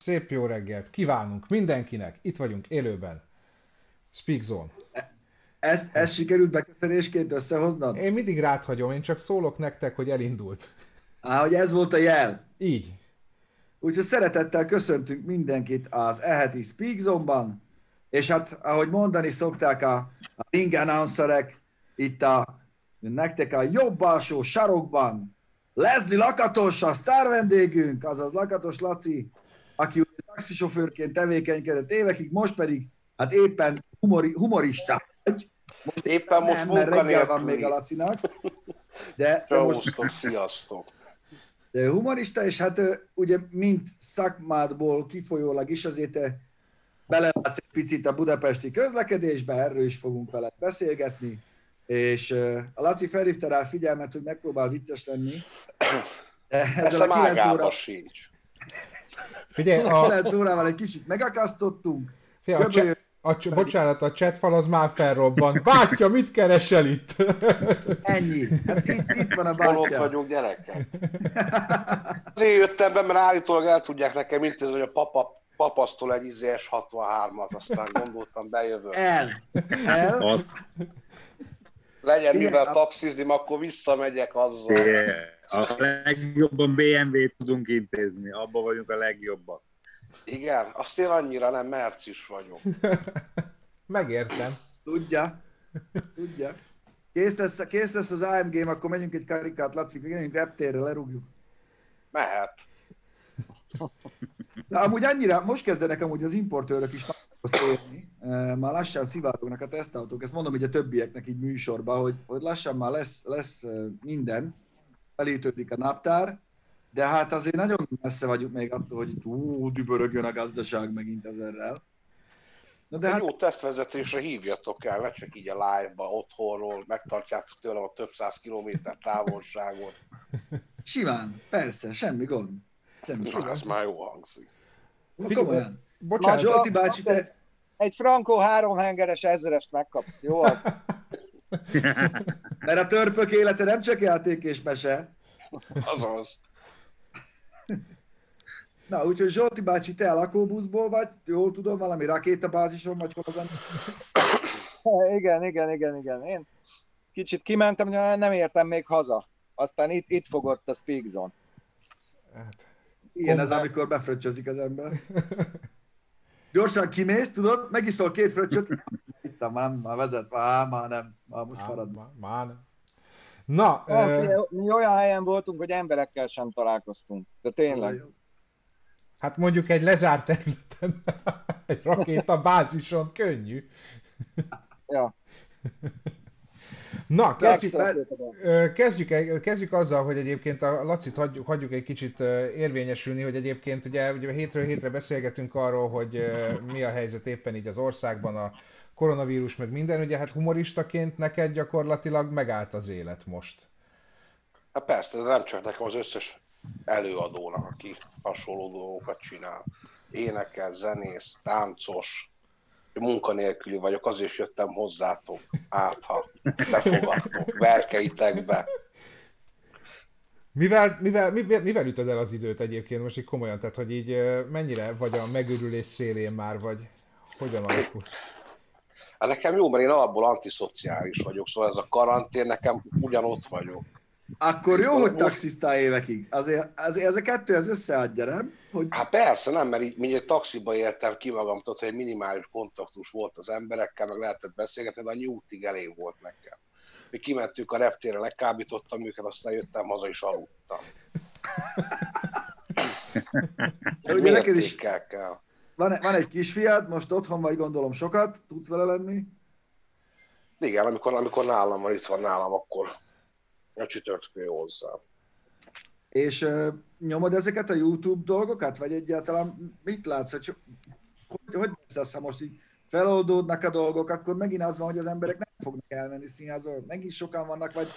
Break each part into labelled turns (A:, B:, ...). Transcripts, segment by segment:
A: szép jó reggelt kívánunk mindenkinek. Itt vagyunk élőben. Speak Zone.
B: Ezt sikerült beköszönésként összehoznod?
A: Én mindig rád hagyom, én csak szólok nektek, hogy elindult.
B: Hogy ez volt a jel.
A: Így.
B: Úgyhogy szeretettel köszöntünk mindenkit az eheti Speak Zone-ban, és hát, ahogy mondani szokták a ring announcerek, itt nektek a jobb alsó sarokban Leslie Lakatos, a sztár vendégünk, azaz Lakatos Laci, aki taxisofőrként tevékenykedett évekig, most pedig hát éppen humorista.
C: Éppen most
B: mert reggel van még a Lacinak. De most...
C: Sziasztok!
B: De humorista, és hát ugye mint szakmádból kifolyólag is azért belelátsz egy picit a budapesti közlekedésbe, erről is fogunk veled beszélgetni, és a Laci felhívta rá a figyelmet, hogy megpróbál vicces lenni.
C: Ezzel a 9 óra... sincs.
A: Figyelj,
B: 9 órával egy kicsit megakasztottunk.
A: Bocsánat, a chatfal az már felrobbant. Bátya, mit keresel itt?
B: Ennyi. Hát itt van a bátya.
C: Ott vagyunk, gyerekek. Azért jöttem be, mert állítólag el tudják nekem intézni, hogy a papasztól egy S63-at, aztán gondoltam, bejövök. Legyen mivel taxizim, akkor visszamegyek azzal.
D: A legjobban BMW-t tudunk intézni, abban vagyunk a legjobbak.
C: Igen, azt én annyira nem, Mercis vagyok.
A: Megértem.
B: Tudja. Kész lesz az AM Game, akkor menjünk egy karikát, Laci, menjünk reptérre, lerúgjuk.
C: Mehet.
B: De amúgy annyira, most kezdenek amúgy az importőrök is érni, már lassan szivárognak a tesztautók, ezt mondom így a többieknek így műsorban, hogy lassan már lesz minden, felítődik a naptár, de hát azért nagyon messze vagyunk még attól, hogy dübörögjön a gazdaság megint ezerrel.
C: De hát... Jó tesztvezetésre hívjatok el, ne csak így a live-ba, otthonról, megtartjátok tőlem a több száz kilométer távolságot.
B: Simán, persze, semmi gond.
C: Ez már jó hangzik.
B: Komolyan.
A: Bocsánat,
B: Zsolti bácsi, te...
E: Egy Franco 3 hengeres 1000-est megkapsz, jó az?
B: Mert a törpök élete nem csak játék és mese.
C: Azaz.
B: Na, úgyhogy Zsolti bácsi, te a lakóbuszból vagy? Jól tudom, valami rakétabázison vagy hol az
E: Igen. Én kicsit kimentem, de nem értem még haza. Aztán itt fogott a Speak Zone.
B: Igen, ez amikor befröccsözik az ember. Gyorsan kimész, tudod, megiszol 2 fröccsöt. Itt már vezet, már nem, már most marad.
A: Már nem. Na,
E: mi olyan helyen voltunk, hogy emberekkel sem találkoztunk. De tényleg.
A: Hát mondjuk egy lezárt területen, egy rakétabázison könnyű.
E: Ja.
A: Na, kezdjük azzal, hogy egyébként a Lacit hagyjuk egy kicsit érvényesülni, hogy egyébként ugye hétről hétre beszélgetünk arról, hogy mi a helyzet éppen így az országban, a koronavírus meg minden, ugye hát humoristaként neked gyakorlatilag megállt az élet most.
C: Hát persze, de nem csak nekem, az összes előadónak, aki hasonló dolgokat csinál. Énekel, zenész, táncos, munkanélküli vagyok, azért jöttem hozzátok, ha befogadtok, verkeitekbe.
A: Mivel ütöd el az időt egyébként most így komolyan, tehát hogy így mennyire vagy a megőrülés szélén már, vagy hogyan alakul?
C: Hát nekem jó, mert én alapból antiszociális vagyok, szóval ez a karantén, nekem ugyanott vagyok.
B: Akkor jó, hogy taxisztál évekig. Azért ez a kettő az összeadja, nem? Hogy...
C: Hát persze, nem, mert így mindjárt taxiba értem ki magam, hogy egy minimális kontaktus volt az emberekkel, meg lehetett beszélgetni, de a nyújtig elég volt nekem. Mi kimentünk a reptérre, lekábítottam őket, aztán jöttem haza és aludtam.
B: Ugye neked is kell. Van egy kisfiad, most otthon vagy gondolom sokat, tudsz vele lenni?
C: Igen, amikor nálam van, itt van nálam, akkor a csütörtökön hozzá.
B: És nyomod ezeket a YouTube dolgokat, vagy egyáltalán mit látsz, hogy lesz, ha most így feloldódnak a dolgok, akkor megint az van, hogy az emberek nem fognak elmenni színházba, megint sokan vannak, vagy...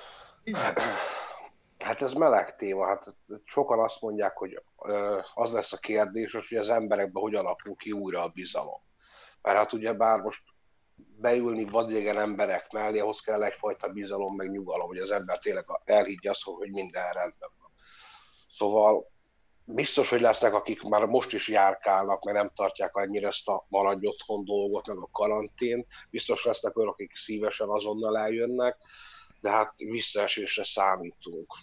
C: Hát ez meleg téma, hát sokan azt mondják, hogy az lesz a kérdés, hogy az emberekben hogy alakul ki újra a bizalom. Mert hát ugyebár most beülni vadidegen emberek mellé, ahhoz kell egyfajta bizalom, meg nyugalom, hogy az ember tényleg elhiggye azt, hogy minden rendben van. Szóval biztos, hogy lesznek, akik már most is járkálnak, mert nem tartják annyira ezt a maradj otthon dolgot, meg a karantént. Biztos lesznek olyanok, akik szívesen azonnal eljönnek, de hát visszaesésre számítunk.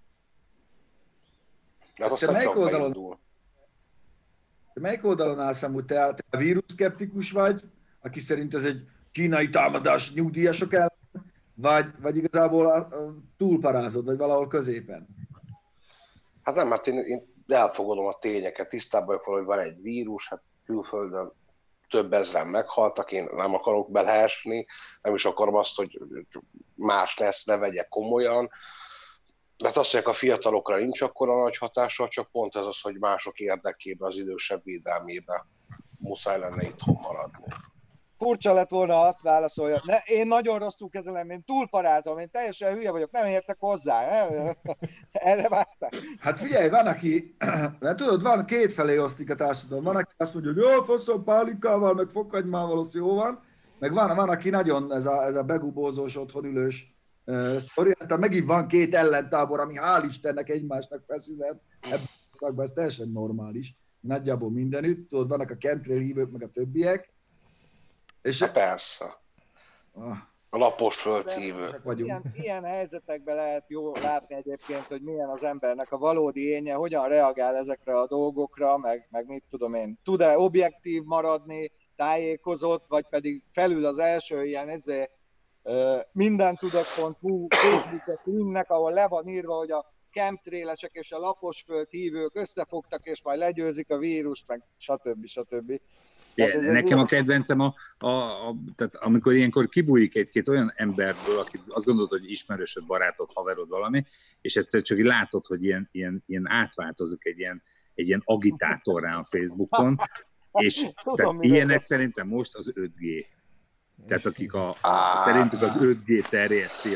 C: Hát aztán csak beindul.
B: Te melyik oldalon állsz amúgy? Te a vírusszkeptikus vagy, aki szerint ez egy kínai támadás nyugdíjasok ellen, vagy igazából túlparázod, vagy valahol középen?
C: Hát nem, hát én elfogadom a tényeket, tisztában vagyok, hogy van egy vírus, hát külföldön több ezren meghaltak, én nem akarok beleesni, nem is akarom azt, hogy más lesz, ne vegye komolyan. Mert azt mondják, a fiatalokra nincs akkora nagy hatással, csak pont ez az, hogy mások érdekében, az idősebb védelmében muszáj lenne itthon maradni.
E: Furcsa lett volna, azt válaszolja. Én nagyon rosszul kezelem, én túlparázom, én teljesen hülye vagyok, nem értek hozzá. Erre várták.
B: Hát figyelj, van aki, mert tudod, van kétfelé osztik a társadalom. Van, aki azt mondja, hogy jó, foszom pálinkával, meg fokhagymával, az jó van. Meg van, aki nagyon ez a begubózós, otthon ülős sztori. Aztán megint van két ellentábor, ami hál' Istennek egymásnak feszülhet. Ebben a szakban ez teljesen normális. Nagyjából mindenütt. Tudod, vannak a chemtrail hívők, meg a többiek. És...
C: persze. A lapos földhívő.
E: Ilyen helyzetekben lehet jó látni egyébként, hogy milyen az embernek a valódi énje, hogyan reagál ezekre a dolgokra, meg mit tudom én. Tud-e objektív maradni, tájékozott, vagy pedig felül az első ilyen mindentudat.hu Facebookos linknek, ahol le van írva, hogy a chemtrailesek és a laposföld hívők összefogtak, és majd legyőzik a vírust, meg stb.
D: Nekem a kedvencem, tehát amikor ilyenkor kibújik egy-két olyan emberből, aki azt gondolod, hogy ismerősöd, barátod, haverod valami, és egyszer csak látod, hogy ilyen átváltozik egy ilyen agitátorrá a Facebookon, és tehát ilyenek szerintem most az 5G. Tehát akik szerintük az 5G terjeszti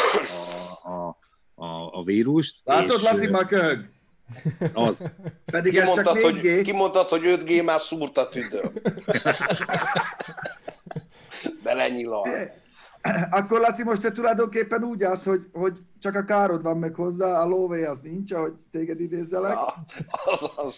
D: a vírust.
B: Látod, Laci, már köhög?
D: Az.
B: Pedig ez csak 4G.
C: Kimondtad, hogy 5G már szúrt a tüdőm. Belenyilal.
B: Akkor Laci, most te tulajdonképpen úgy állsz, hogy csak a károd van meg hozzá, a lóvé az nincs, ahogy téged idézzelek.
C: Ja, az.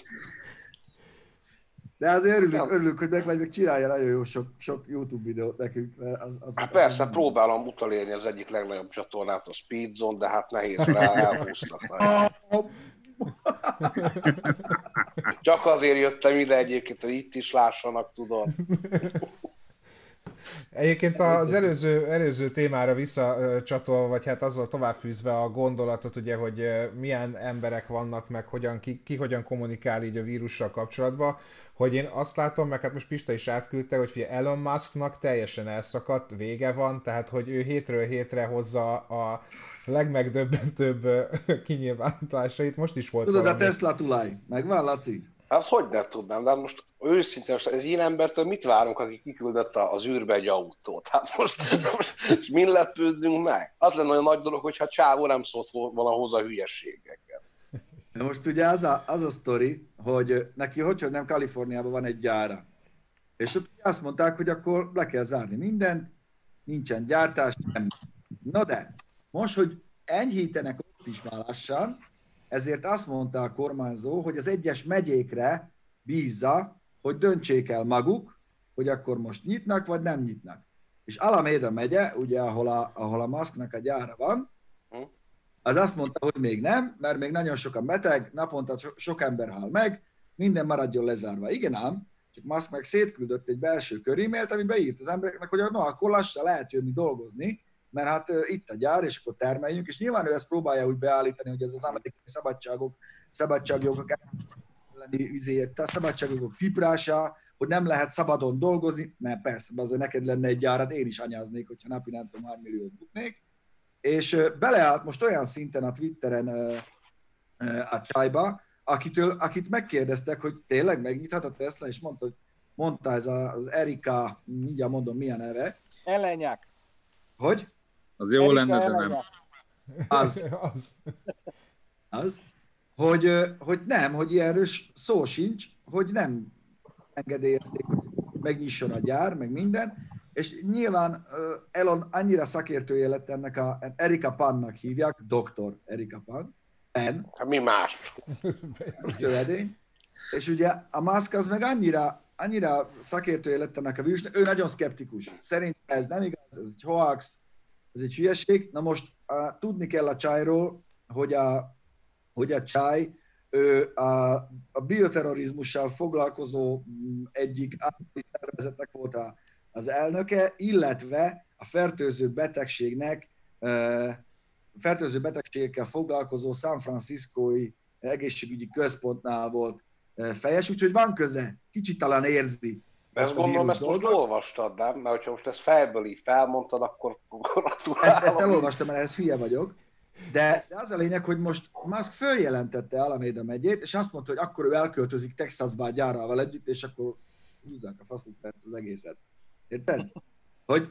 B: De azért örülünk, hogy meg csinálja nagyon jó sok YouTube videót nekünk.
C: Hát persze, próbálom utolérni az egyik legnagyobb csatornát, a Speedzone, de hát nehéz, mert elhúztak. Csak azért jöttem ide egyébként, hogy itt is lássanak, tudod.
A: Egyébként az előző témára visszacsatolva, vagy hát azzal továbbfűzve a gondolatot, ugye, hogy milyen emberek vannak, meg ki hogyan kommunikál így a vírussal kapcsolatban, hogy én azt látom, meg hát most Pista is átküldte, hogy Elon Musknak teljesen elszakadt, vége van, tehát hogy ő hétről hétre hozza a legmegdöbbentőbb kinyilvánításait. Most is volt
B: tudod,
A: valami.
B: a Tesla tulaj. Megvan, Laci?
C: Hát hogy ne tudnám, de most őszintén, ez ilyen embertől mit várunk, aki kiküldött az űrbe egy autót? Hát most min lepődünk meg? Az lenne olyan nagy dolog, hogyha Csávó nem szólt volna hozzá hülyeségeket.
B: De most ugye az a sztori, hogy neki hogy nem Kaliforniában van egy gyára. És ott azt mondták, hogy akkor le kell zárni mindent, nincsen gyártás, nem. Na de, most, hogy enyhítenek ott is már lassan, ezért azt mondta a kormányzó, hogy az egyes megyékre bízza, hogy döntsék el maguk, hogy akkor most nyitnak, vagy nem nyitnak. És Alameda megye, ugye, ahol a Musknak a gyára van, az azt mondta, hogy még nem, mert még nagyon sokan beteg, naponta sok ember hal meg, minden maradjon lezárva. Igen ám, csak Musk meg szétküldött egy belső körímélt, ami beírt az embereknek, hogy na, akkor lassan lehet jönni dolgozni, mert hát itt a gyár, és akkor termeljünk, és nyilván ő ezt próbálja úgy beállítani, hogy ez az amerikai szabadságjogok elleni a szabadságjogok tiprása, hogy nem lehet szabadon dolgozni, mert persze, azért neked lenne egy gyárat, én is anyáznék, hogyha napi nem tudom, 3 milliót buknék, és beleállt most olyan szinten a Twitteren a csajba, akit megkérdeztek, hogy tényleg megnyithat a Tesla, és mondta ez az Erika, mindjárt mondom, milyen neve.
E: Ellenyák.
B: Hogy?
D: Az jó lenne, de nem.
B: Az. Hogy nem, hogy ilyenről szó sincs, hogy nem engedélyezték, hogy megnyisson a gyár, meg minden, és nyilván Elon annyira szakértője lett ennek a Erika Pannak hívják, doktor Erika Pan, Ben,
C: Hát mi más?
B: lövedény, és ugye a Musk az meg annyira szakértője lett ennek a vírusnak, ő nagyon szkeptikus. Szerintem ez nem igaz, ez egy hoax, ez egy hülyeség. Na most tudni kell a csajról, hogy a csaj, ő a bioterrorizmussal foglalkozó egyik állami szervezetnek volt az elnöke, illetve a fertőző betegségekkel foglalkozó San Franciscói egészségügyi központnál volt fejes, úgyhogy van köze, kicsit talán érzi.
C: Ezt gondolom, ezt most olvastad, nem? Mert hogyha most ezt fejből így felmondtad, akkor
B: ezt elolvastam, mert ehhez hülye vagyok. De az a lényeg, hogy most Musk följelentette Alameda megyét, és azt mondta, hogy akkor ő elköltözik Texasba a gyárával együtt, és akkor húzzák a faszukra ezt az egészet. Érted? Hogy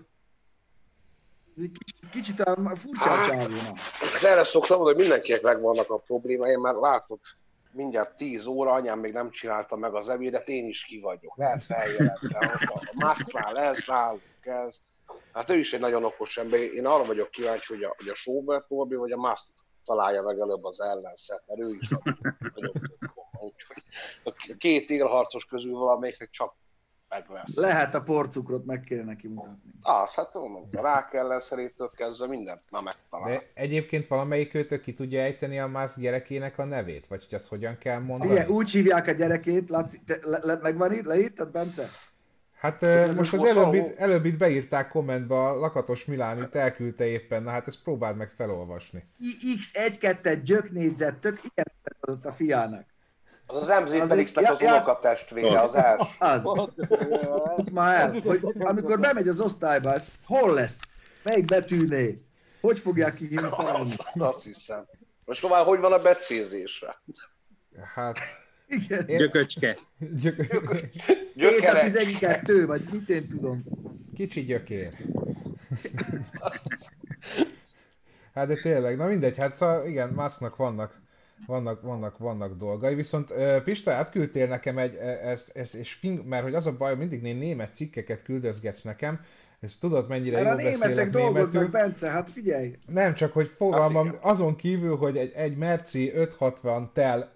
B: kicsit furcsa a csávónak.
C: Erre szoktam mondani, hogy mindenkinek megvannak a problémái, mert látod, mindjárt 10 óra, anyám még nem csinálta meg az ebédet, én is ki vagyok. Lehet feljelentem. A Musknál ez, nálunk ez. Hát ő is egy nagyon okos ember. Én arra vagyok kíváncsi, hogy a Schobert Norbi vagy a Musk találja meg előbb az ellenszert, mert ő is nagyon úgyhogy a két élharcos közül valamelyiknek csak meg lesz.
B: Lehet a porcukrot meg kéne neki mutatni.
C: Hát mondom, a rák ellenszerétől kezdve mindent megtalál.
A: De egyébként valamelyik őtök ki tudja ejteni a Musk gyerekének a nevét? Vagy hogy azt hogyan kell mondani?
B: Igen, úgy hívják a gyerekét, Laci, megvan itt? Leírtad, Bence?
A: Hát most az előbb itt beírták kommentbe, a Lakatos Milán itt elküldte éppen, na hát ezt próbáld meg felolvasni.
B: X1-2 gyöknégyzet, tök ilyen adott a fiának.
C: Az MZ Felixnek az unokatestvére, az első.
B: Az. Már el, hogy amikor bemegy az osztályba, ez hol lesz? Melyik betűné? Hogy fogják kihívni felelni?
C: Azt hiszem. Most tovább, hogy van a becézésre?
A: Hát...
B: Igen.
D: Gyököcske.
B: Gyökere. 12, vagy mit én tudom.
A: Kicsi gyökér. Hát de tényleg, na mindegy, hát szóval igen, Musknak vannak dolgai, viszont Pista, átküldtél nekem mert hogy az a baj, mindig német cikkeket küldözgetsz nekem, ezt tudod, mennyire jól beszélek
B: németül. Bence, hát figyelj!
A: Nem, csak hogy fogalmam, azon kívül, hogy egy Merci 560 Tel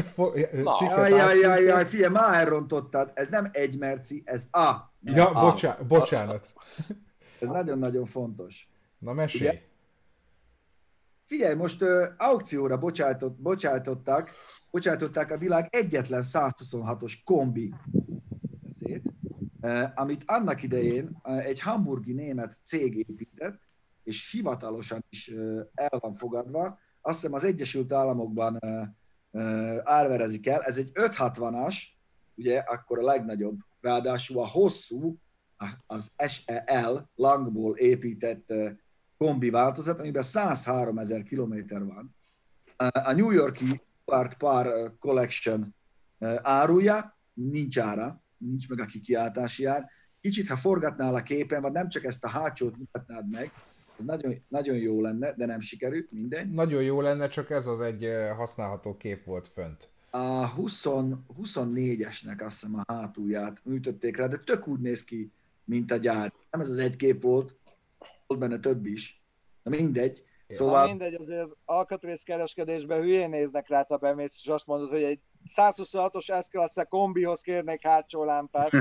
B: Jaj, figyelj, már elrontottad. Ez nem egy Merci, ez A.
A: Ja, bocsánat.
B: Ez nagyon-nagyon fontos.
A: Na mesélj. Ugye?
B: Figyelj, most aukcióra bocsátották a világ egyetlen 126-os kombi szét, amit annak idején egy hamburgi német cég épített, és hivatalosan is el van fogadva. Azt hiszem az Egyesült Államokban árverezik el. Ez egy 560-as, ugye akkor a legnagyobb, ráadásul a hosszú, az SEL Langból épített kombi változat, amiben 103 000 kilométer van. A New York-i Art Par Collection árulja, nincs ára, nincs meg a kikiáltási ár. Kicsit, ha forgatnál a képen, vagy nem csak ezt a hátsót mutatnád meg, ez nagyon, nagyon jó lenne, de nem sikerült, mindegy.
A: Nagyon jó lenne, csak ez az egy használható kép volt fönt.
B: A 24-esnek azt hiszem a hátulját műtötték rá, de tök úgy néz ki, mint a gyár. Nem ez az egy kép volt benne több is. Na mindegy.
E: Szóval... mindegy, azért az alkatrészkereskedésben hülyén néznek rá, ha bemész, és azt mondod, hogy egy 126-os S-Class kombihoz kérnék hátsó lámpát.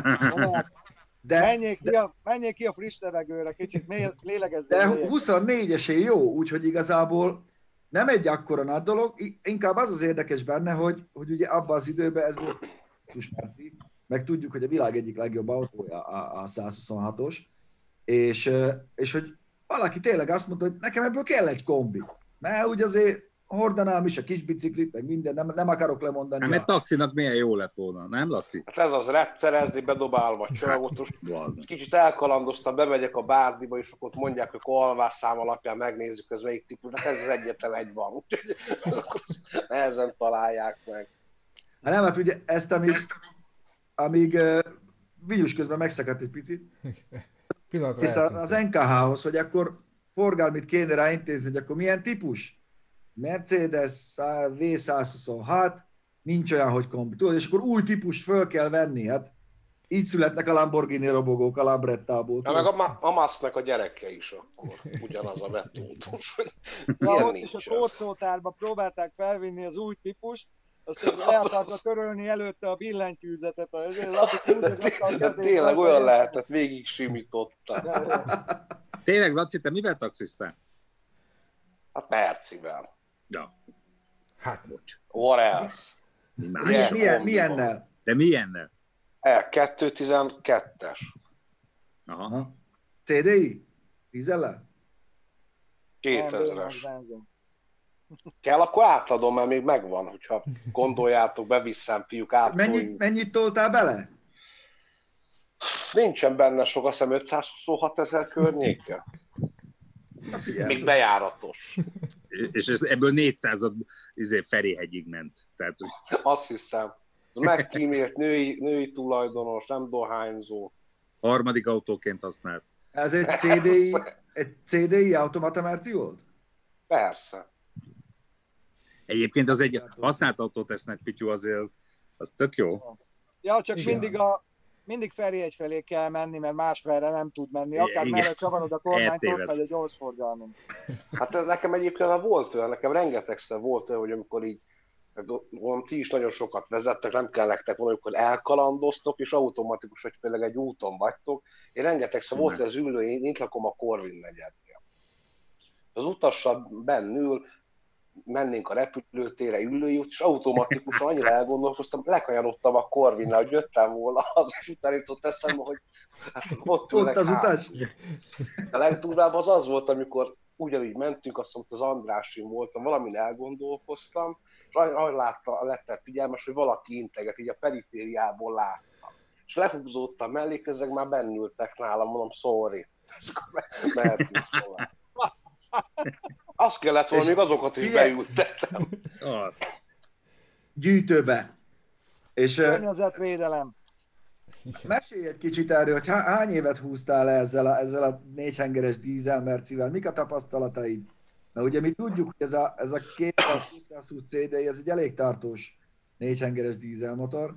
E: Menjék ki a friss levegőre, kicsit lélegezzél.
B: De 24-esé jó, úgyhogy igazából nem egy akkora nagy dolog, inkább az az érdekes benne, hogy ugye abban az időben ez volt Merci, meg tudjuk, hogy a világ egyik legjobb autója a 126-os, és hogy valaki tényleg azt mondta, hogy nekem ebből kell egy kombi, mert úgy azért hordanám is a kis biciklit, meg minden, nem akarok lemondani.
D: Hát mert taxinak milyen jó lett volna, nem Laci?
C: Hát ez az repterezni, bedobálom a csomagot, most kicsit elkalandoztam, bemegyek a bárdiba, és akkor mondják, hogy alvásszám alapján megnézzük, ez melyik típus, de ez az egyetlen egy van, úgyhogy akkor nehezen találják meg.
B: Hát nem, hát ugye ezt, amíg Vigyus közben megszakadt egy picit, és az NKH-hoz, hogy akkor forgalmit kéne ráintézni, hogy akkor milyen típus? Mercedes V126, nincs olyan, hogy kombi. Tudod, és akkor új típust föl kell venni. Hát így születnek a Lamborghini robogók a Lambrettából.
C: Ja, meg a Musknak a gyereke is akkor ugyanaz a metódus, hogy
E: Ja,
C: ilyen
E: ott is a
C: nincs.
E: kódszótárba próbálták felvinni az új típust, aztán le akarta törölni előtte a billentyűzetet, az Laci úgy, hogy ott a
C: De
E: kezében
C: tényleg
E: volt,
C: olyan
E: hogy-
C: lehetett, végig simította.
D: Tényleg, Laci, te mivel taxisztál?
C: Hát Mercivel.
D: Ja,
A: Hát,
D: bocs.
C: What else?
D: Mi más?
C: Milyen-
B: Milyennel?
D: De milyennel?
C: 212-es.
D: Aha.
B: Aha. CDI? Dízellel?
E: Nem,
C: 2000-es.
E: benzin.
C: Kell, akkor átadom, mert még megvan, hogyha gondoljátok, bevisszem, fiúk, átoljuk.
B: Mennyit toltál bele?
C: Nincsen benne sok, azt hiszem 526 000 környéke.
B: Na figyelj,
C: Még bejáratos.
D: És ebből 400 Ferihegyig ment. Tehát, hogy
C: Azt hiszem. Az megkímélt női tulajdonos, nem dohányzó.
D: harmadik autóként használt.
B: ez egy CDI automata merci volt?
C: Persze.
D: Egyébként az egy használt autótesznek, Pityu, azért az tök jó.
E: Ja, csak
B: Igen.
E: mindig Ferihegy felé kell menni, mert másfelé nem tud menni. Akár
D: Igen.
E: merre csavarod a kormányt, ott
D: Eltéved.
E: megy a gyorsforgalmi.
C: Hát ez nekem egyébként volt olyan, nekem rengetegszer volt olyan, hogy amikor így, mondom, ti is nagyon sokat vezettek, nem kell nektek volna, amikor elkalandoztok, és automatikus, hogy például egy úton vagytok. Én rengetegszer volt, hogy az ülő, én itt lakom a Corvin negyednél. Az utassal bennül, mennénk a repülőtérre, ülői út, és automatikusan annyira elgondolkoztam, lekanyarodtam a Corvinnel, hogy jöttem volna az, és utána jutott eszembe, hogy hát ott ülnek
B: Ott az
C: hátul.
B: utas?
C: A legdurvább az volt, amikor ugyanígy mentünk, azt mondta, az Andrásin voltam, valamin elgondolkoztam, és ahogy lettem figyelmes, hogy valaki integet, így a perifériából láttam. És lehúzódtam mellé, közben már bennültek nálam, mondom, sorry. És akkor mehetünk tovább. Azt kellett volna, még azokat is
B: figyelj!
C: beültettem.
D: Ah,
B: Gyűjtőbe. És
E: Környezetvédelem.
B: mesélj egy kicsit erről, hogy hány évet húztál le ezzel a négyhengeres dízel mercivel, mik a tapasztalataid? Mert ugye mi tudjuk, hogy ez a 220 CDI, ez egy elég tartós négyhengeres dízelmotor.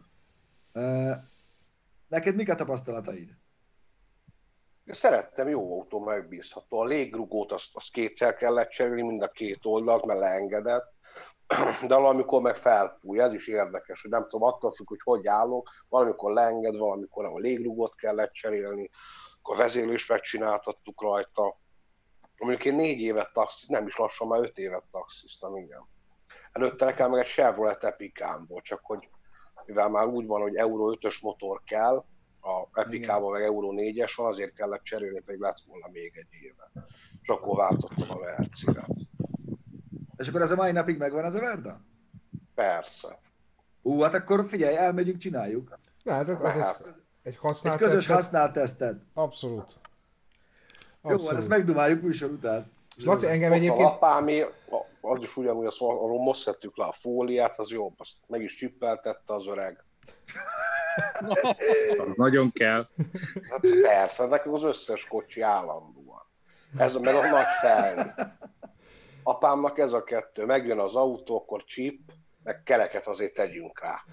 B: Neked mik a tapasztalataid?
C: Szerettem, jó autó, megbízható. A légrugót azt kétszer kellett cserélni, mind a két oldalt, mert leengedett. De valamikor meg felfúj, ez is érdekes, hogy nem tudom, attól függ, hogy állok, valamikor leenged, valamikor nem, a légrugót kellett cserélni, akkor vezérlést megcsináltattuk rajta. Mondjuk én 4 évet taxis, nem is lassan, már 5 évet taxisztam, igen. Előtte nekem meg egy Chevrolet Epicám volt, csak hogy mivel már úgy van, hogy Euro 5-ös motor kell, a Epicában meg Euro 4-es van, azért kellett cserélni, pedig lett volna még egy éve. És akkor váltottam a Mercire.
B: És akkor ez a mai napig megvan ez a Verda?
C: Persze.
B: Hát akkor figyelj, elmegyünk, csináljuk.
A: hát az
C: Mehet.
A: egy
B: Egy
A: használt
B: közös
A: tesztet-
B: használt teszted.
A: Abszolút.
B: Jó, hát ezt megdumáljuk műsor után.
A: És Laci, engem
C: Ott van
A: egyébként...
C: apámé, az is ugyanúgy, arról most szedtük le a fóliát, az jobb, azt meg is csippeltette az öreg.
D: az nagyon kell.
C: Hát persze, nekem az összes kocsi állandóan. Ez meg a nagy fejlő. Apámnak ez a kettő, megjön az autó, akkor chip, meg kereket azért tegyünk rá.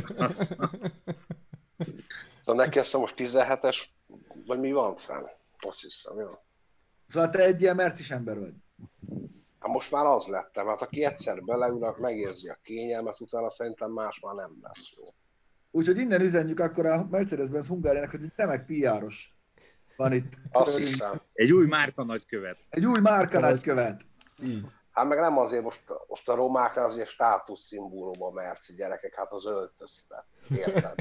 C: Szóval neki ezt most 17-es, vagy mi van fenn? Azt hiszem, jó.
B: Szóval te egy ilyen mercis ember vagy.
C: Hát most már az lettem, hát aki egyszer beleül, megérzi a kényelmet, utána szerintem más már nem lesz jó.
B: Úgyhogy innen üzenjük akkor a Mercedes-Benz Hungáriának, hogy egy remek PR-os van itt.
C: Azt
B: körülünk.
C: hiszem.
D: Egy új márka nagykövet.
B: Egy új márka nagykövet.
A: Így.
C: Hát meg nem azért most a romáknál azért státuszszimbólum a merci gyerekek, hát az öltözte. Érted?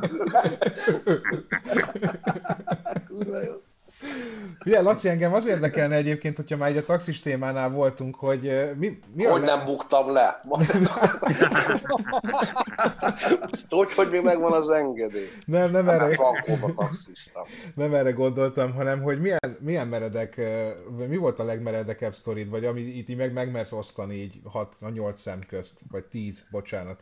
B: Kurva jó.
A: Ugye, Laci, engem az érdekelne egyébként, hogyha már így a taxis témánál voltunk, hogy mi a...
C: Hogy nem buktam le? Hogy még megvan az engedély?
A: Nem
C: Hát
A: erre,
C: Frankóba taxiztam.
A: nem erre gondoltam, hanem hogy milyen meredek, mi volt a legmeredekebb sztorid, vagy ami itt így megmersz osztani így 6-8 szem közt, vagy 10, bocsánat.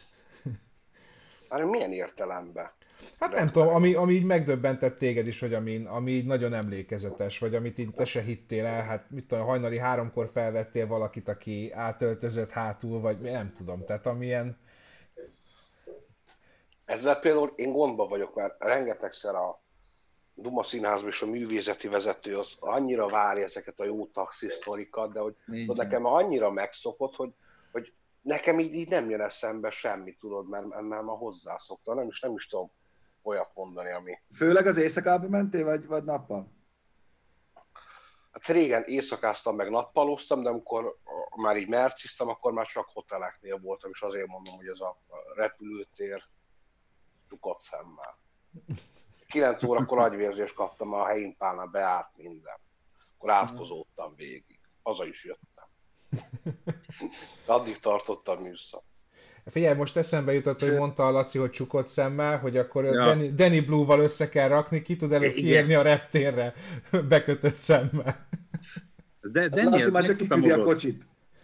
C: Hát milyen értelemben?
A: Hát nem tudom, ami így megdöbbentett téged is, hogy ami így nagyon emlékezetes, vagy amit így te se hittél el, hát mit tudom, hajnali 3-kor felvettél valakit, aki átöltözött hátul, vagy nem tudom, tehát amilyen...
C: Ezzel például én gondban vagyok, mert rengetegszer a Duma Színházban és a művészeti vezető az annyira várja ezeket a jó taxisztorikat, de hogy nekem annyira megszokott, hogy nekem így nem jön eszembe semmi, tudod, mert már hozzászoktam, nem is tudom olyat mondani, ami...
B: Főleg az éjszakában mentél, vagy nappal?
C: Hát régen éjszakáztam, meg nappaloztam, de amikor már így merciztem, akkor már csak hoteleknél voltam, és azért mondom, hogy ez a repülőtér csukott szemmel. 9 órakor agyvérzést kaptam, a helyén pálnál beállt minden. Akkor átkozódtam végig. Haza is jöttem. Addig tartott a műszak.
A: Figyelj, most eszembe jutott, hogy mondta a Laci, hogy csukott szemmel, hogy akkor
D: Ja.
A: Danny Blue-val össze kell rakni, ki tud előbb kiérni a reptérre bekötött szemmel.
D: De Danny,
B: Laci
D: ez
B: már csak kiküldi a kocsit.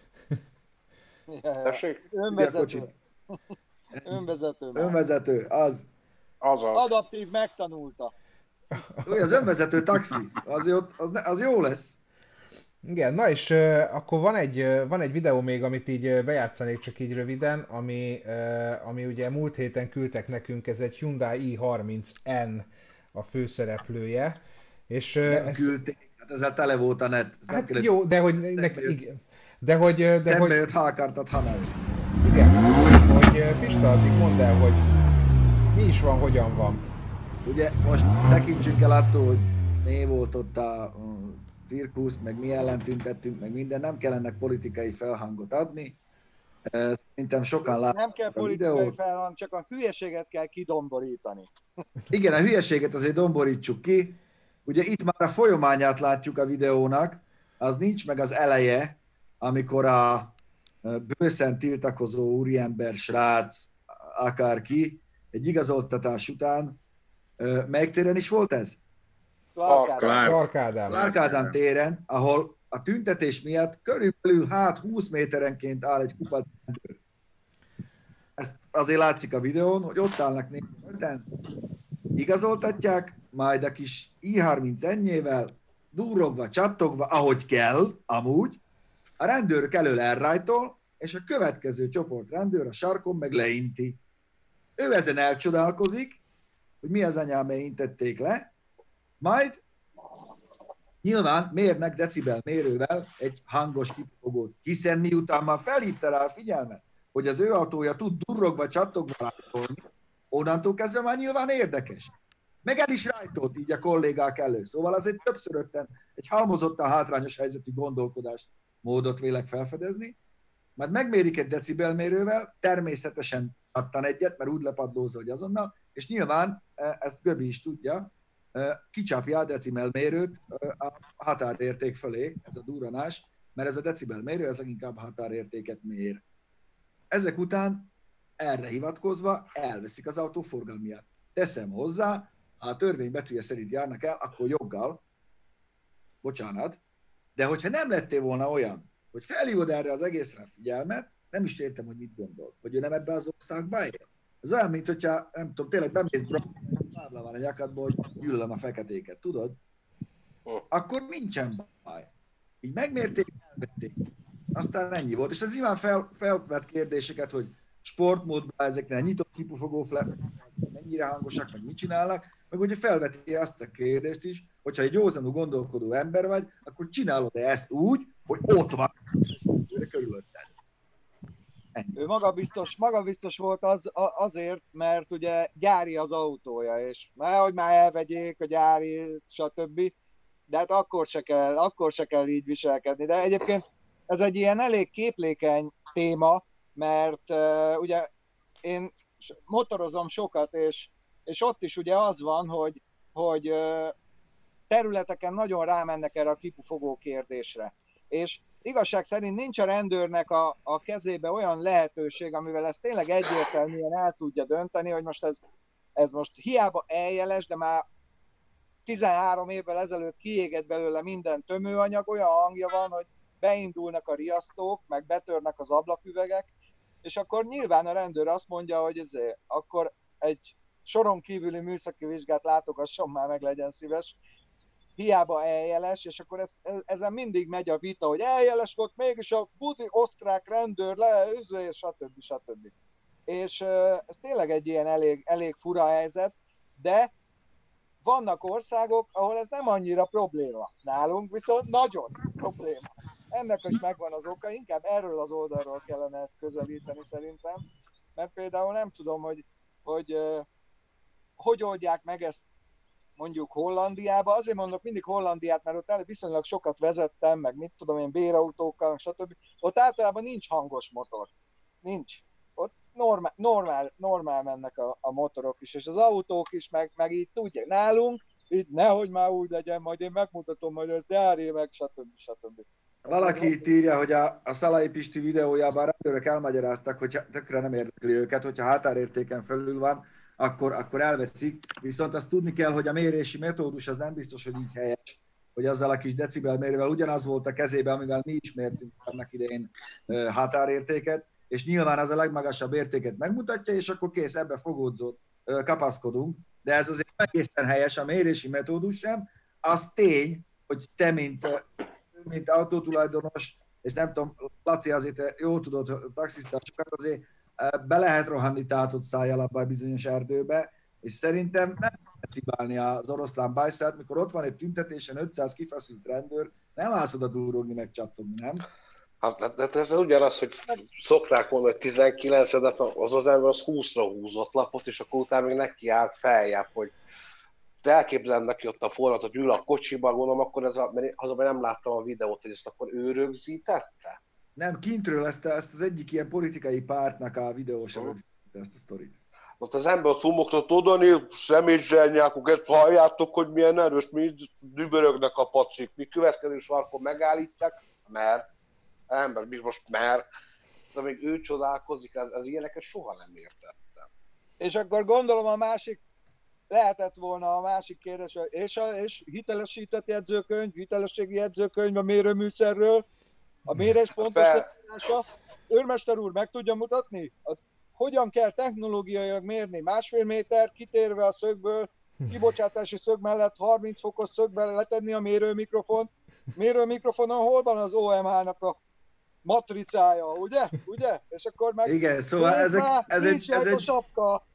C: Tessék?
E: Önvezető. Önvezető.
B: Önvezető, az.
C: Azaz.
E: Adaptív megtanulta.
B: Úgy, az önvezető taxi, az jó lesz.
A: Igen, na és akkor van egy videó még, amit így bejátszanék csak így röviden, ami ugye múlt héten küldtek nekünk, ez egy Hyundai i30N a főszereplője. És
B: Nem küldték, hát ezzel tele volt a net.
A: Hát jó, de hogy... Igen.
B: Szembe jött Hákártat Hanel.
A: Igen, hogy Pista, addig mondd el, hogy mi is van, hogyan van.
B: Ugye most tekintsünk el attól, hogy mi volt ott a cirkusz, meg mi ellen tüntettünk, meg minden, nem kell ennek politikai felhangot adni. Szerintem sokan látják
E: Nem kell politikai felhang, csak a hülyeséget kell kidomborítani.
B: Igen, a hülyeséget azért domborítsuk ki. Ugye itt már a folyamányát látjuk a videónak, az nincs meg az eleje, amikor a bőszen tiltakozó úriember, srác, akárki, egy igazoltatás után, melyik téren is volt ez? Clark Ádám téren, ahol a tüntetés miatt körülbelül 20 méterenként áll egy kupac rendőr. Ezt azért látszik a videón, hogy ott állnak néhány, igazoltatják, majd a kis i30 ennyével, durrogva, csattogva, ahogy kell, amúgy, a rendőrök elől elrájtol, és a következő csoport rendőr a sarkon meg leinti. Ő ezen elcsodálkozik, hogy mi az anyámé intették le, majd nyilván mérnek decibel mérővel egy hangos kipufogót, hiszen miután már felhívta rá a figyelmet, hogy az ő autója tud durrogva, csattogva rájtolni, onnantól kezdve már nyilván érdekes. Meg el is rájtolt így a kollégák elő. Szóval azért többszörötten egy halmozottan hátrányos helyzetű gondolkodás módot vélek felfedezni, majd megmérik egy decibelmérővel, természetesen adtan egyet, mert úgy lepadlózza, hogy azonnal, és nyilván, ezt Göbi is tudja, kicsapja a decibelmérőt a határérték fölé, ez a durranás, mert ez a decibelmérő, ez leginkább határértéket mér. Ezek után erre hivatkozva elveszik az autó forgalmiát. Teszem hozzá, ha a törvény betűje szerint járnak el, akkor joggal, bocsánat, de hogyha nem lettél volna olyan, hogy felhívod erre az egészre a figyelmet, nem is értem, hogy mit gondol, hogy ő nem ebbe az országba él. Ez olyan, mint hogyha, nem tudom, tényleg bemész tábla van a nyakadból, hogy gyűlölöm a feketéket, tudod? Akkor nincsen baj. Így megmérték, elvették. Aztán ennyi volt. És ez nyilván felvett kérdéseket, hogy sportmódban ezeknél nyitott kipufogó flap, mennyire hangosak, meg mit csinálnak, meg ugye felveti azt a kérdést is, hogyha egy józanú gondolkodó ember vagy, akkor csinálod-e ezt úgy, hogy ott van körülötted. Ennyi.
E: Ő magabiztos volt azért, mert ugye gyári az autója, és hogy már elvegyék a gyári, stb. De hát akkor se kell így viselkedni. De egyébként ez egy ilyen elég képlékeny téma, mert ugye én motorozom sokat, és ott is ugye az van, hogy területeken nagyon rámennek erre a kipufogó kérdésre. És igazság szerint nincs a rendőrnek a kezébe olyan lehetőség, amivel ezt tényleg egyértelműen el tudja dönteni, hogy most ez most hiába eljeles, de már 13 évvel ezelőtt kiégett belőle minden tömőanyag, olyan hangja van, hogy beindulnak a riasztók, meg betörnek az ablaküvegek, és akkor nyilván a rendőr azt mondja, hogy akkor egy soron kívüli műszaki vizsgát látogasson már meg, legyen szíves, hiába eljeles, és akkor ezen mindig megy a vita, hogy eljeles volt, mégis a buzi osztrák rendőr stb. és ez tényleg egy ilyen elég fura helyzet, de vannak országok, ahol ez nem annyira probléma. Nálunk viszont nagyon probléma. Ennek is megvan az oka, inkább erről az oldalról kellene ezt közelíteni szerintem, mert például nem tudom, hogy oldják meg ezt mondjuk Hollandiába. Azért mondok mindig Hollandiát, mert ott viszonylag sokat vezettem, meg mit tudom én, bérautókkal, stb. Ott általában nincs hangos motor. Nincs. Ott normál mennek a motorok is, és az autók is, meg így tudják. Nálunk, itt nehogy már úgy legyen, majd én megmutatom, majd ez járja meg, stb.
B: Valaki itt írja, hogy a Szalai Pisti videójában a rendőrök elmagyaráztak, hogy tökre nem érdekli őket, hogyha határértéken felül van, akkor elveszik. Viszont azt tudni kell, hogy a mérési metódus az nem biztos, hogy így helyes, hogy azzal a kis decibelmérővel ugyanaz volt a kezében, amivel mi is mértünk annak idején határértéket, és nyilván az a legmagasabb értéket megmutatja, és akkor kész, ebbe fogódzót kapaszkodunk. De ez azért egészen helyes, a mérési metódus sem. Az tény, hogy te, mint autótulajdonos, és nem tudom, Laci, azért jól tudod, taxisztásokat azért be lehet rohanni tátott szájjal abba a bizonyos erdőbe, és szerintem nem lehet cibálni az oroszlán bajszát, mikor ott van egy tüntetésen 500 kifeszült rendőr, nem állsz oda durrogni, meg csattogni, nem?
C: Hát ez ugyanaz, hogy szokták mondani, hogy 19, de az ember az 20-ra húzott lapot, és akkor utána még neki állt feljebb, hogy elképzelem neki ott a formatot, hogy ül a kocsiba, gondolom, akkor azonban nem láttam a videót, hogy ezt akkor ő rögzítette?
B: Nem, kintről ezt az egyik ilyen politikai pártnak a videósa rögzítette ezt a sztorit.
C: Ott az ember ott humokra tudani, személyzselnyákok, ezt halljátok, hogy milyen erős, mi dübörögnek a pacik, mi következő sarkon megállítják, mert ember, mi most mer, de még ő csodálkozik, az ilyeneket soha nem értettem.
E: És akkor gondolom a másik, lehetett volna a másik kérdés, és hitelesített jegyzőkönyv, hitelességi jegyzőkönyv a mérőműszerről, a mérés pontosítása. Őrmester úr, meg tudja mutatni? Hogyan kell technológiailag mérni? 1,5 méter kitérve a szögből, kibocsátási szög mellett 30 fokos szögben letenni a mérőmikrofont. Mérőmikrofonon hol van az OMH-nak a matricája, ugye? És akkor meg...
B: Igen, szóval ez egy
E: sapka.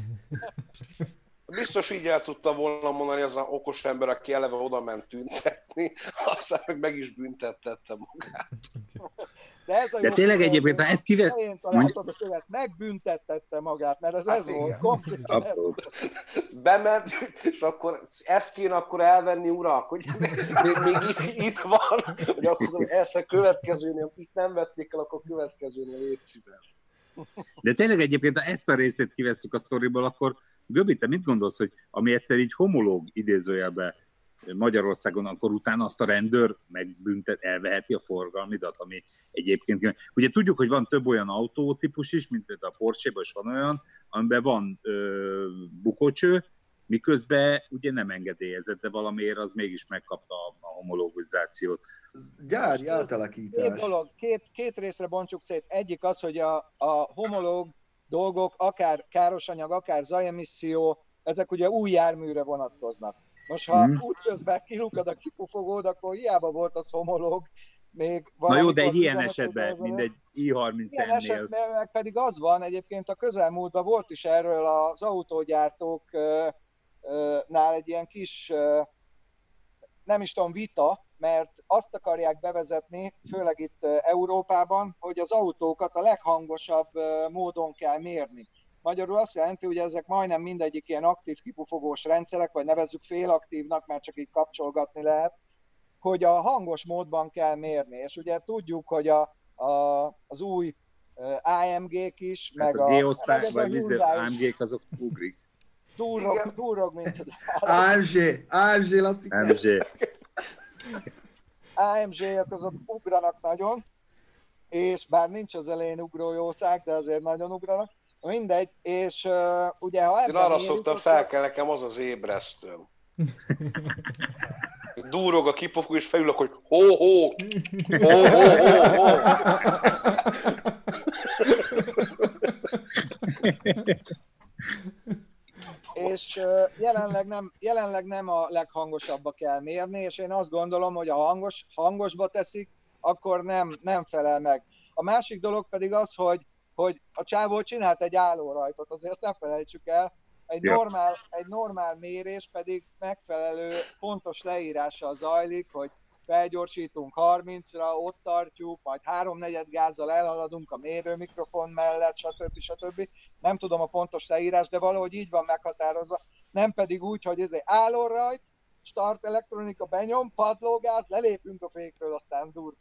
C: Biztos így el tudta volna mondani az a okos ember, aki eleve oda ment tüntetni, aztán meg is büntettette magát.
D: De tényleg egyébként, ha ezt kivett...
E: Megbüntettette magát, mert ez volt. Konkrétan ez volt.
C: Bement, és akkor ezt kéne akkor elvenni, urak, hogy még itt van, hogy akkor ezt a következőnél, itt nem vették el, akkor következőnél légy szíves.
D: De tényleg egyébként, ha ezt a részét kivesszük a sztoriból, akkor Göbi, te mit gondolsz, hogy ami egyszer így homológ idézőjelben Magyarországon, akkor utána azt a rendőr elveheti a forgalmidat, ami egyébként... Ugye tudjuk, hogy van több olyan autótípus is, mint például a Porsche-ban is van olyan, amiben van bukócső, miközben ugye nem engedélyezett, de valamiért az mégis megkapta a homologizációt.
B: Gyári átalakítás.
E: Két dolog, két részre bontsuk szét. Egyik az, hogy a homológ dolgok, akár károsanyag, akár zajemisszió, ezek ugye új járműre vonatkoznak. Most ha útközben kilukad a kipufogód, akkor hiába volt az homológ. Még
D: na jó, de egy ilyen esetben, mint egy i30-nél.
E: Ilyen esetben meg pedig az van, egyébként a közelmúltban volt is erről az autógyártóknál egy ilyen kis, nem is tudom, vita, mert azt akarják bevezetni, főleg itt Európában, hogy az autókat a leghangosabb módon kell mérni. Magyarul azt jelenti, hogy ezek majdnem mindegyik ilyen aktív kipufogós rendszerek, vagy nevezzük félaktívnak, mert csak így kapcsolgatni lehet, hogy a hangos módban kell mérni. És ugye tudjuk, hogy az új AMG-k is,
D: hát
E: meg
D: a G-osztály, vagy
E: AMG-k
D: azok ugrik.
E: Túrog, mint az
B: AMG, Laci.
E: AMG-ek azok ugranak nagyon, és bár nincs az elején ugró jószág, de azért nagyon ugranak. Mindegy, és ugye ha
C: én arra szoktam, fel kell nekem az ébresztőm. Dúrog a kipufogó, és felülök, hogy hó.
E: És jelenleg nem a leghangosabbba kell mérni, és én azt gondolom, hogy ha hangosba teszik, akkor nem felel meg. A másik dolog pedig az, hogy hogy a csávó csinált egy állórajtot, azért azt nem felejtsük el, egy normál mérés pedig megfelelő pontos leírással zajlik, hogy felgyorsítunk 30-ra, ott tartjuk, majd 3/4 gázzal elhaladunk a mérőmikrofon mellett, stb. Nem tudom a pontos leírás, de valahogy így van meghatározva, nem pedig úgy, hogy ez egy állórajt, start elektronika, benyom, padlógáz, lelépünk a fékről, aztán dur.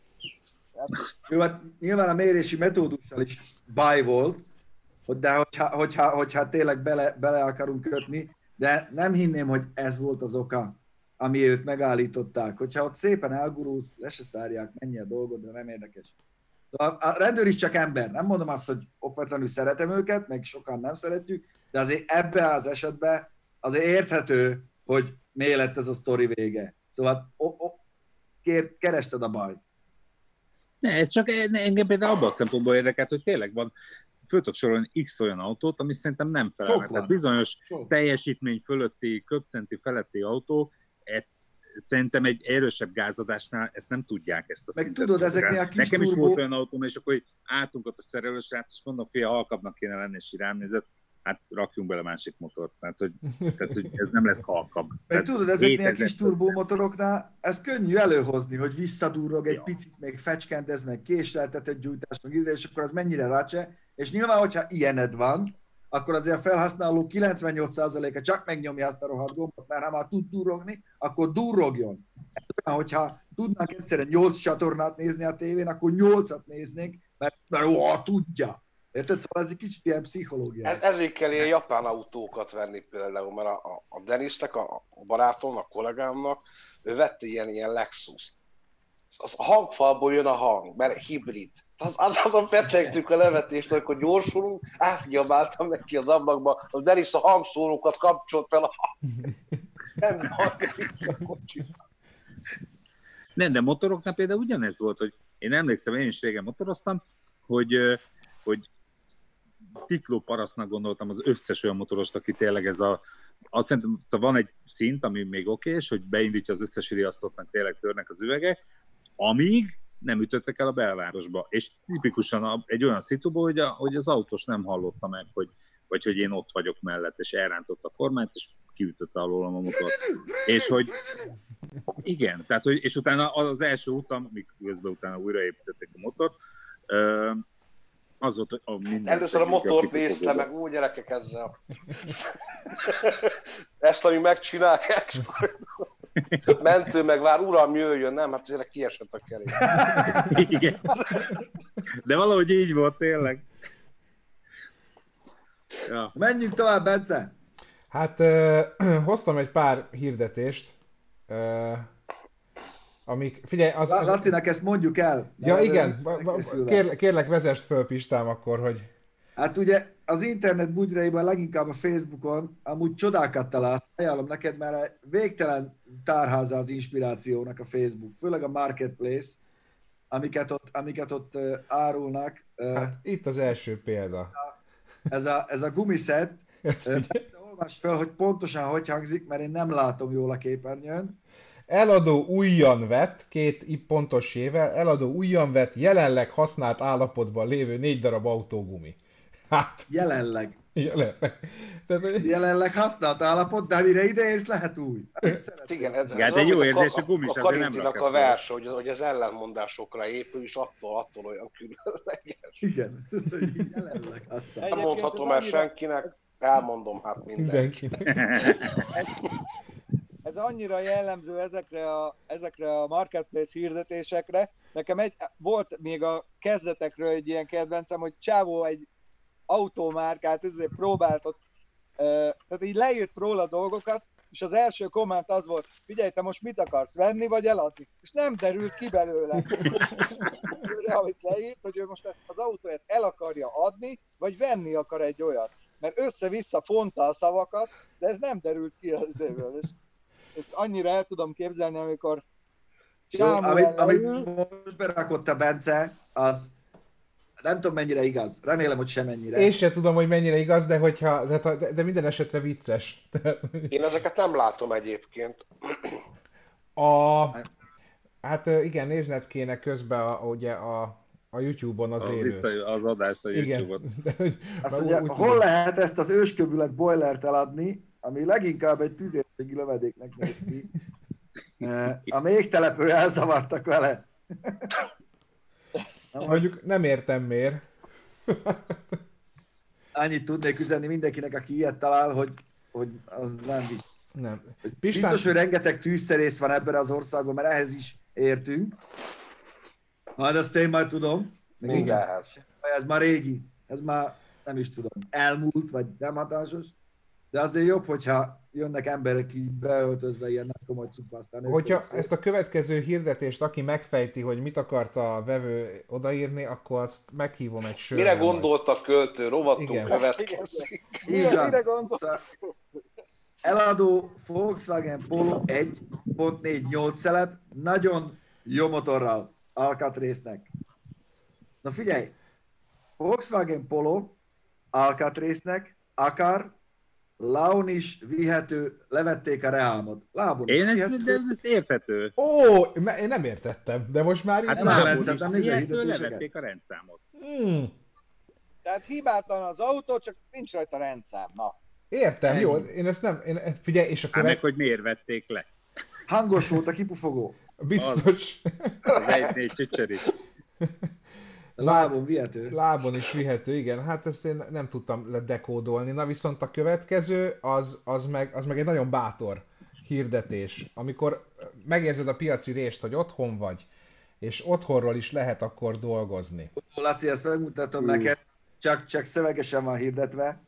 B: Jó, hát nyilván a mérési metódussal is baj volt, de hogyha tényleg bele akarunk kötni, de nem hinném, hogy ez volt az oka, ami őt megállították. Hogyha ott szépen elgurulsz, le se szárják, mennyi a dolgodra, nem érdekes. A rendőr is csak ember. Nem mondom azt, hogy okvetlenül szeretem őket, meg sokan nem szeretjük, de azért ebben az esetben azért érthető, hogy miért lett ez a sztori vége. Szóval kerested a bajt.
D: Ne, ez csak engem például abban a szempontból érdekelt, hogy tényleg van, föl tudok sorolni X olyan autót, ami szerintem nem felel. Tehát bizonyos teljesítmény fölötti, köbcenti feletti autó, szerintem egy erősebb gázadásnál ezt nem tudják, ezt a
B: szintet. Meg tudod, ezeknél a kis
D: nekem is volt olyan autóm, és akkor álltunk ott a szerelősrác, és mondom, fia, halkabbnak kéne lenni, és rám nézett, hát rakjunk bele másik motort, tehát hogy ez nem lesz halkabb.
B: Meg tudod, ezeknél a kis turbomotoroknál ez könnyű előhozni, hogy visszadurrog egy picit, még fecskendez, meg késleltetett gyújtás, meg és akkor az mennyire rácse, és nyilván, hogyha ilyened van, akkor azért a felhasználó 98%-a csak megnyomja azt a rohadt gombot, mert ha már tud durrogni, akkor durrogjon. Ez olyan, hogyha tudnánk egyszerűen 8 csatornát nézni a tévén, akkor 8-at néznénk, mert tudja. Érted? Szóval ez egy kicsit ilyen pszichológia.
C: Ezért kell ilyen japán autókat venni például, mert a Denisnek, a barátomnak, a kollégámnak, ő vette ilyen Lexus-t. Az a hangfalból jön a hang, mert hibrid. Azon fecsegtünk a nevetést, amikor gyorsulunk, átnyomáltam neki az ablakba, a Denis a hangszórókat kapcsolt fel a nem hallgatja a kocsiba.
D: Nem, de motoroknál például ugyanez volt, hogy én emlékszem, én is régen motoroztam, hogy tiklóparasztnak gondoltam az összes olyan motorost, aki tényleg azt szerintem, szóval van egy szint, ami még okés, hogy beindítja az összes riasztót, meg tényleg törnek az üvegek, amíg nem ütöttek el a belvárosba. És tipikusan egy olyan szituból, hogy az autós nem hallotta meg, vagy hogy én ott vagyok mellett, és elrántott a kormányt, és kiütötte alólam a motort. És hogy igen, tehát, hogy, és utána az első utam, miközben utána újraépítették a motort, az volt, hogy
C: először a motort nézte meg, úgy gyerekek ezzel. Ezt, ami megcsinálják, mentő meg vár, uram, jöjjön, nem, hát tényleg kiesett a kerék.
D: Igen. De valahogy így volt, tényleg.
B: Ja. Menjünk tovább, Bence!
A: Hát hoztam egy pár hirdetést, amik, figyelj,
B: Lacinak ezt mondjuk el.
A: Ja, igen, kérlek vezest föl, Pistám, akkor, hogy...
B: Hát ugye az internet bugyraiban, leginkább a Facebookon amúgy csodákat találsz. Ajánlom neked, mert végtelen tárháza az inspirációnak a Facebook, főleg a Marketplace, amiket ott árulnak.
A: Hát itt az első példa.
B: Ez a gumiszett. Olvasd fel, hogy pontosan hogy hangzik, mert én nem látom jól a képernyőn.
A: Eladó újan vett, 2 pontos ével, eladó újan vett, jelenleg használt állapotban lévő 4 darab autógumi. Hát...
B: Jelenleg.
A: Jelenleg
B: használt állapot, de mire ideérsz, lehet új.
C: Igen, ez
D: egy jó érzésű gumis,
C: a Karintinak a verse, hogy az ellenmondásokra épül, és attól olyan különleges.
B: Igen, jelenleg használt.
C: Nem mondhatom el senkinek, elmondom hát mindenkinek.
E: Ez annyira jellemző ezekre a marketplace hirdetésekre. Nekem volt még a kezdetekről egy ilyen kedvencem, hogy csávó egy autómárkát ezért próbáltott, tehát így leírt róla dolgokat, és az első komment az volt, figyelj, te most mit akarsz, venni vagy eladni? És nem derült ki belőle. Amit leírt, hogy ő most ezt az autóját el akarja adni, vagy venni akar egy olyat. Mert össze-vissza fonta a szavakat, de ez nem derült ki az évből. És ezt annyira el tudom képzelni, amikor
B: amit most berakott a Bence, az nem tudom mennyire igaz. Remélem, hogy semennyire.
A: Én sem tudom, hogy mennyire igaz, de minden esetre vicces.
C: Én ezeket nem látom egyébként.
A: Hát igen, nézned kéne közben ugye A YouTube-on az élőt.
D: Vissza az adást a
A: Igen.
D: YouTube-on.
B: Azt mondja, hol lehet ezt az őskövület boilert eladni, ami leginkább egy tüzérségi lövedéknek néz ki. A mégtelepő elzavartak vele.
A: Mondjuk nem értem miért.
B: Annyit tudnék üzenni mindenkinek, aki ilyet talál, hogy az nem vicc.
A: Nem.
B: Biztos, hogy rengeteg tűzszerész van ebben az országban, mert ehhez is értünk. Majd azt én majd tudom.
C: Mindenhez.
B: Ez már régi, ez már nem is tudom, elmúlt, vagy nem hatásos. De azért jobb, hogyha jönnek emberek így beöltözve ilyen nagy komoly cuccba, aztán...
A: Hogyha ezt a következő hirdetést, aki megfejti, hogy mit akart a vevő odaírni, akkor azt meghívom egy sörre.
C: Mire gondolt a költő? Rovatunk
A: Igen.
C: következik.
E: Mire gondolt?
B: Eladó Volkswagen Polo 1.4 szelep, nagyon jó motorral, alkatrésznek. Na figyelj, Volkswagen Polo alkatrésznek, akár lábon is vihető, levették a reálmot. Lábon is vihető.
D: De ez érthető.
A: Én nem értettem, de most már
D: Hát
A: így
B: nem
D: lábon
B: Bence,
D: is
B: nem nézze a
D: vihető,
B: hirdetéseket.
D: levették a rendszámot.
E: Tehát hibátlan az autó, csak nincs rajta rendszám. Na.
A: Értem,
B: Ennyi.
A: jó, én ezt nem, figyelj, és a
D: Hát meg,
A: követ...
D: hogy miért vették le.
B: Hangos volt a kipufogó.
A: Biztos.
D: Az 1-4 csöcsöri.
B: Lábon vihető.
A: Lábon is vihető, igen, hát ezt én nem tudtam ledekódolni. Na viszont a következő, az meg egy nagyon bátor hirdetés. Amikor megérzed a piaci rést, hogy otthon vagy, és otthonról is lehet akkor dolgozni.
B: Laci, ezt megmutatom neked, csak szövegesen van hirdetve.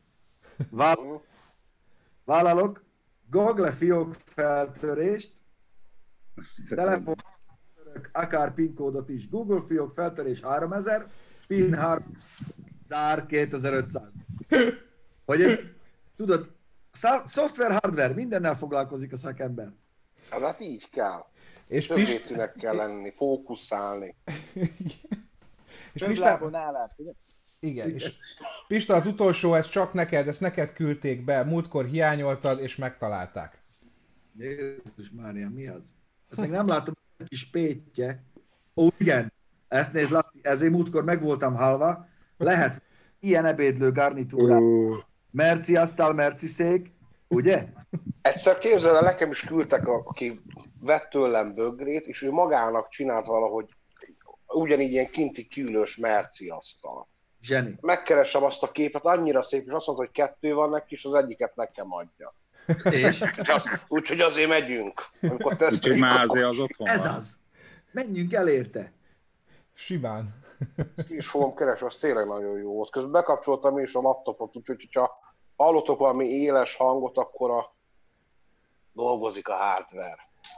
B: Vállalok Google fiók feltörést, telefon, akár PIN kódot is. Google fiók feltörés 3000, PIN 3, zár 2500. Hogy tudod, szoftver, hardware, mindennel foglalkozik a szakember.
C: Hát így kell.
A: És
C: Többétűnek kell lenni, fókuszálni.
A: és
E: Több
A: Pistán...
E: lábon állás.
A: Igen, és Pista, az utolsó, ez csak neked, ezt neked küldték be, múltkor hiányoltad, és megtalálták.
B: Jézus Mária, mi az? Ezt még nem látom, egy kis pétje. Ó, igen, ezt nézd, Laci, ezért múltkor meg voltam halva. Lehet ilyen ebédlő garnitúrát. Merci asztal, merci szék, ugye?
C: Egyszer képzeld el, nekem is küldtek, aki vett tőlem bögrét, és ő magának csinált valahogy ugyanígy ilyen kinti kűlős merci asztalt.
B: Zseni.
C: Megkeresem azt a képet, annyira szép, és azt mondta, hogy 2 van neki, és az egyiket nekem adja.
B: És?
C: Úgyhogy azért megyünk.
D: Úgyhogy már azért az otthon
B: Ez
D: van.
B: az. Menjünk el érte.
A: Simán.
C: Ki is fogom keresni, az tényleg nagyon jó volt. Közben bekapcsoltam is a laptopot, úgyhogy ha hallottok valami éles hangot, akkor dolgozik a hardware.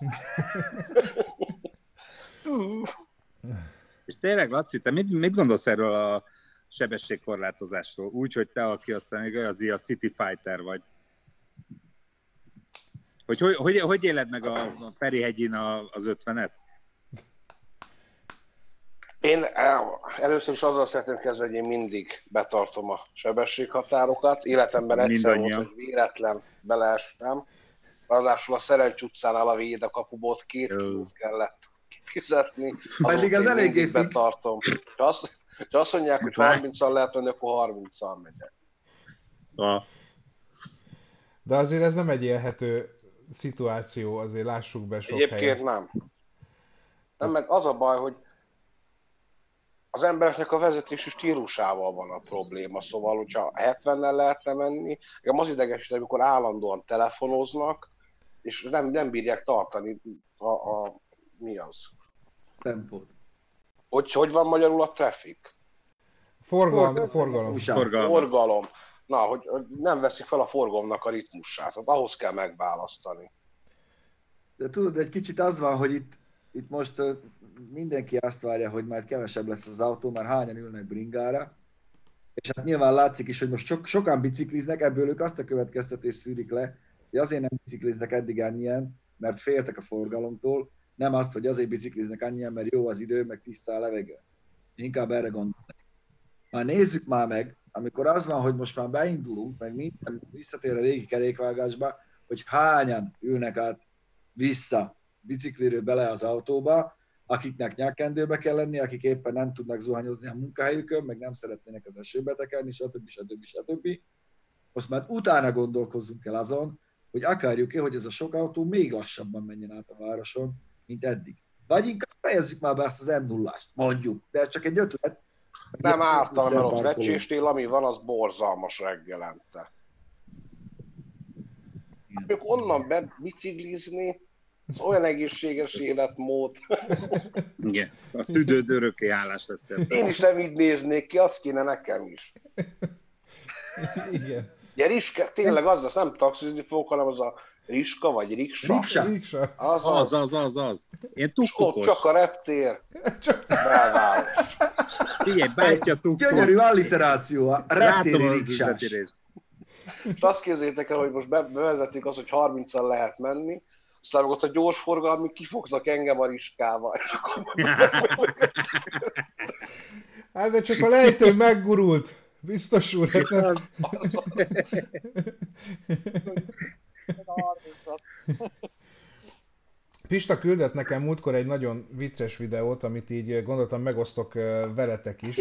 D: És tényleg, Laci, te mit gondolsz erről a sebességkorlátozásról? Úgy, hogy te, aki aztán igazi a City Fighter vagy. Hogy éled meg a Ferihegyin az 50-et?
C: Én először is azzal szeretném kezdeni, hogy én mindig betartom a sebességhatárokat. Életemben egyszer volt, hogy véletlen beleestem. Ráadásul a Szerencs utcánál a Védekapuból 2 kilót kellett kifizetni.
B: Pedig az eléggé fix.
C: Betartom. Ha azt mondják, hogy 30-al lehet menni, akkor 30-al megyek.
A: De azért ez nem egy élhető szituáció, azért lássuk be sok
C: Egyébként
A: helyen.
C: nem. Nem, meg az a baj, hogy az embereknek a vezetési stílusával van a probléma, szóval, hogyha 70-nel lehetne menni, az idegesít, amikor állandóan telefonoznak, és nem bírják tartani mi az?
B: Tempót.
C: Hogy van magyarul a traffic?
A: Forgalom.
C: Forgalom. Na, hogy nem veszik fel a forgalomnak a ritmusát, hát ahhoz kell megválasztani.
B: De tudod, egy kicsit az van, hogy itt most mindenki azt várja, hogy majd kevesebb lesz az autó, mert hányan ülnek bringára. És hát nyilván látszik is, hogy most sokan bicikliznek, ebből ők azt a következtetést szűrik le, hogy azért nem bicikliznek eddig annyian, mert féltek a forgalomtól, nem azt, hogy azért bicikliznek annyian, mert jó az idő, meg tiszta a levegő. Inkább erre gondolnak. Már nézzük már meg, amikor az van, hogy most már beindulunk, meg minden visszatér a régi kerékvágásba, hogy hányan ülnek át vissza bicikliről bele az autóba, akiknek nyakkendőbe kell lenni, akik éppen nem tudnak zuhanyozni a munkahelyükön, meg nem szeretnének az esőbe tekerni, stb. Most már utána gondolkozzunk el azon, hogy akarjuk-e, hogy ez a sok autó még lassabban menjen át a városon, mint eddig. Vagy inkább fejezzük már be ezt az M0-ást, mondjuk, de ez csak egy ötlet.
C: Nem ártal, mert ott vecséstél, ami van, az borzalmas reggelente. Ők onnan bebiciklizni, az olyan egészséges életmód.
D: Igen, a tüdőd örökké állás lesz.
C: Én is nem így néznék ki, az kéne nekem is.
A: Igen.
C: Ugye Riska, tényleg az nem taxizni fogok, hanem az a Riska vagy Riksa.
A: Riksa.
D: Az. Ilyen tukkokos.
C: Csak a reptér. Belváros.
D: Figyelj, bátyja tukkos.
B: Gyönyörű alliteráció, a reptéri riksás.
C: És azt képzeljétek el, hogy most bevezetik azt, hogy 30-al lehet menni, aztán ott a gyorsforgalmi kifogtak engem a Riskával. És akkor...
A: Hát de csak a lejtő meggurult. Biztos úr. Pista küldött nekem múltkor egy nagyon vicces videót, amit így gondoltam megosztok veletek is.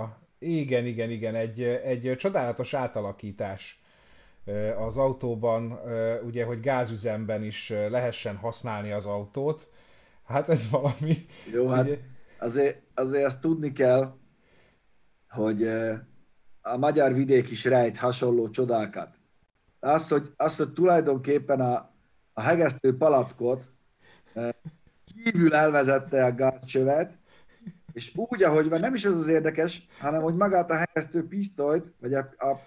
A: Igen, egy csodálatos átalakítás az autóban, ugye, hogy gázüzemben is lehessen használni az autót. Hát ez valami...
B: Jó, hát azért azt tudni kell, hogy a magyar vidék is rejt hasonló csodákat. Az, hogy tulajdonképpen a hegesztő palackot kívül elvezette a gázcsövet, és úgy, ahogy van, nem is az az érdekes, hanem hogy magát a hegesztő pisztolyt, vagy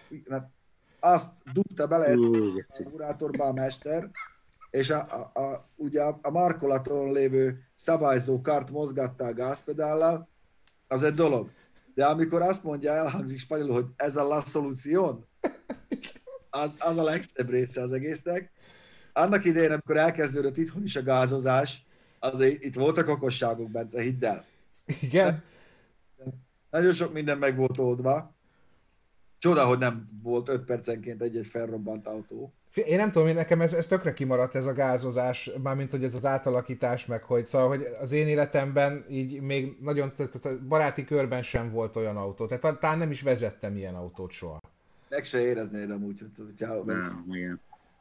B: azt dugta bele a karburátorba a mester, és ugye a markolaton lévő szabályzó kart mozgatta a gázpedállal, az egy dolog. De amikor azt mondja, elhangzik spanyolul, hogy ez a la solución, az a legszebb része az egésznek. Annak idején, amikor elkezdődött itthon is a gázozás, azért itt voltak okosságok, Bence, hidd el.
A: Igen?
B: Nagyon sok minden meg volt oldva. Csoda, hogy nem volt 5 percenként egy-egy felrobbant autó.
A: Én nem tudom, nekem ez tökre kimaradt ez a gázozás, mármint hogy ez az átalakítás, meg hogy szóval, hogy az én életemben így még nagyon baráti körben sem volt olyan autó. Tehát talán nem is vezettem ilyen autót soha.
B: Meg se éreznéd amúgy, hogyha...
D: Igen.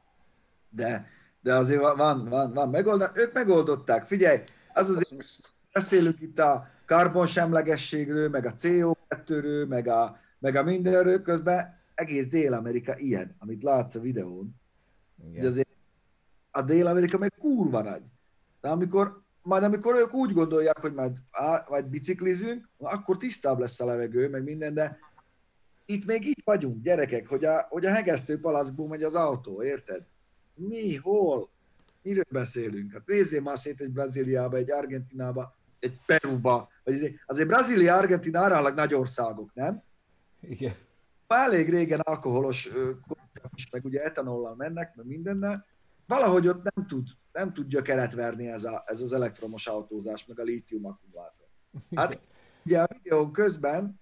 B: De azért van megoldás. Ők megoldották. Figyelj, beszélünk itt a karbonsemlegességről, meg a CO2-ről, meg a mindenről, közben egész Dél-Amerika ilyen, amit látsz a videón. Ugye azért a Dél-Amerika meg kurva nagy. De amikor ők úgy gondolják, hogy majd biciklizünk, akkor tisztább lesz a levegő, meg minden, de itt még itt vagyunk, gyerekek, hogy a hegesztő palackból megy az autó, érted? Mi, hol? Miről beszélünk? Hát nézzél már szét egy Brazíliába, egy Argentinába, egy Peruba. Azért Brazília, Argentina aránylag nagy országok, nem?
A: Igen.
B: Elég régen alkoholos is, meg ugye etanollal mennek, meg mindennel. Valahogy ott nem tud gyökeret verni ez az elektromos autózás, meg a lítium akkumulátor. Hát ugye a videón közben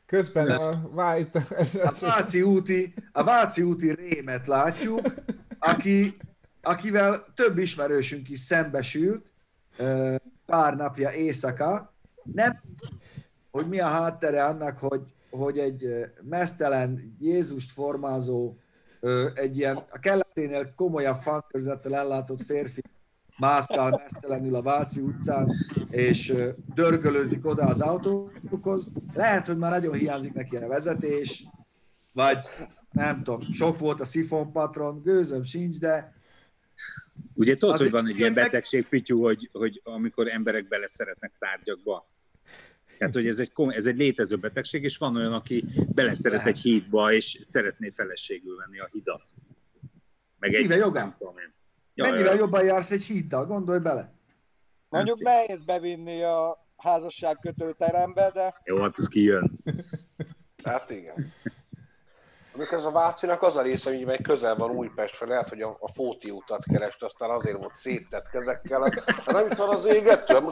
B: a Váci úti Rémet látjuk, akivel több ismerősünk is szembesült pár napja éjszaka. Nem hogy mi a háttere annak, hogy egy meztelen Jézust formázó, egy ilyen a kelleténél komolyabb fankörzettel ellátott férfi mászkál meztelenül a Váci utcán, és dörgölőzik oda az autókhoz. Lehet, hogy már nagyon hiányzik neki a vezetés, vagy nem tudom, sok volt a szifonpatron, gőzöm sincs, de...
D: Ugye tudod, hogy van egy ilyen betegség, Pityu, hogy amikor emberek beleszeretnek tárgyakba. Tehát, hogy ez egy létező betegség, és van olyan, aki beleszeret egy hídba, és szeretné feleségül venni a hidat. Meg
B: szíve jogán. Mennyivel jobban jársz egy híddal, gondolj bele.
E: Mondjuk nehéz bevinni a házasságkötő terembe, de...
D: Jó, hát ez kijön.
C: Hát igen. Amikor ez a Vácinak az a része, hogy meg közel van Újpestre, lehet, hogy a Fóti utat kerest, aztán azért volt széttett kezekkel. Hát nem itt van az égető.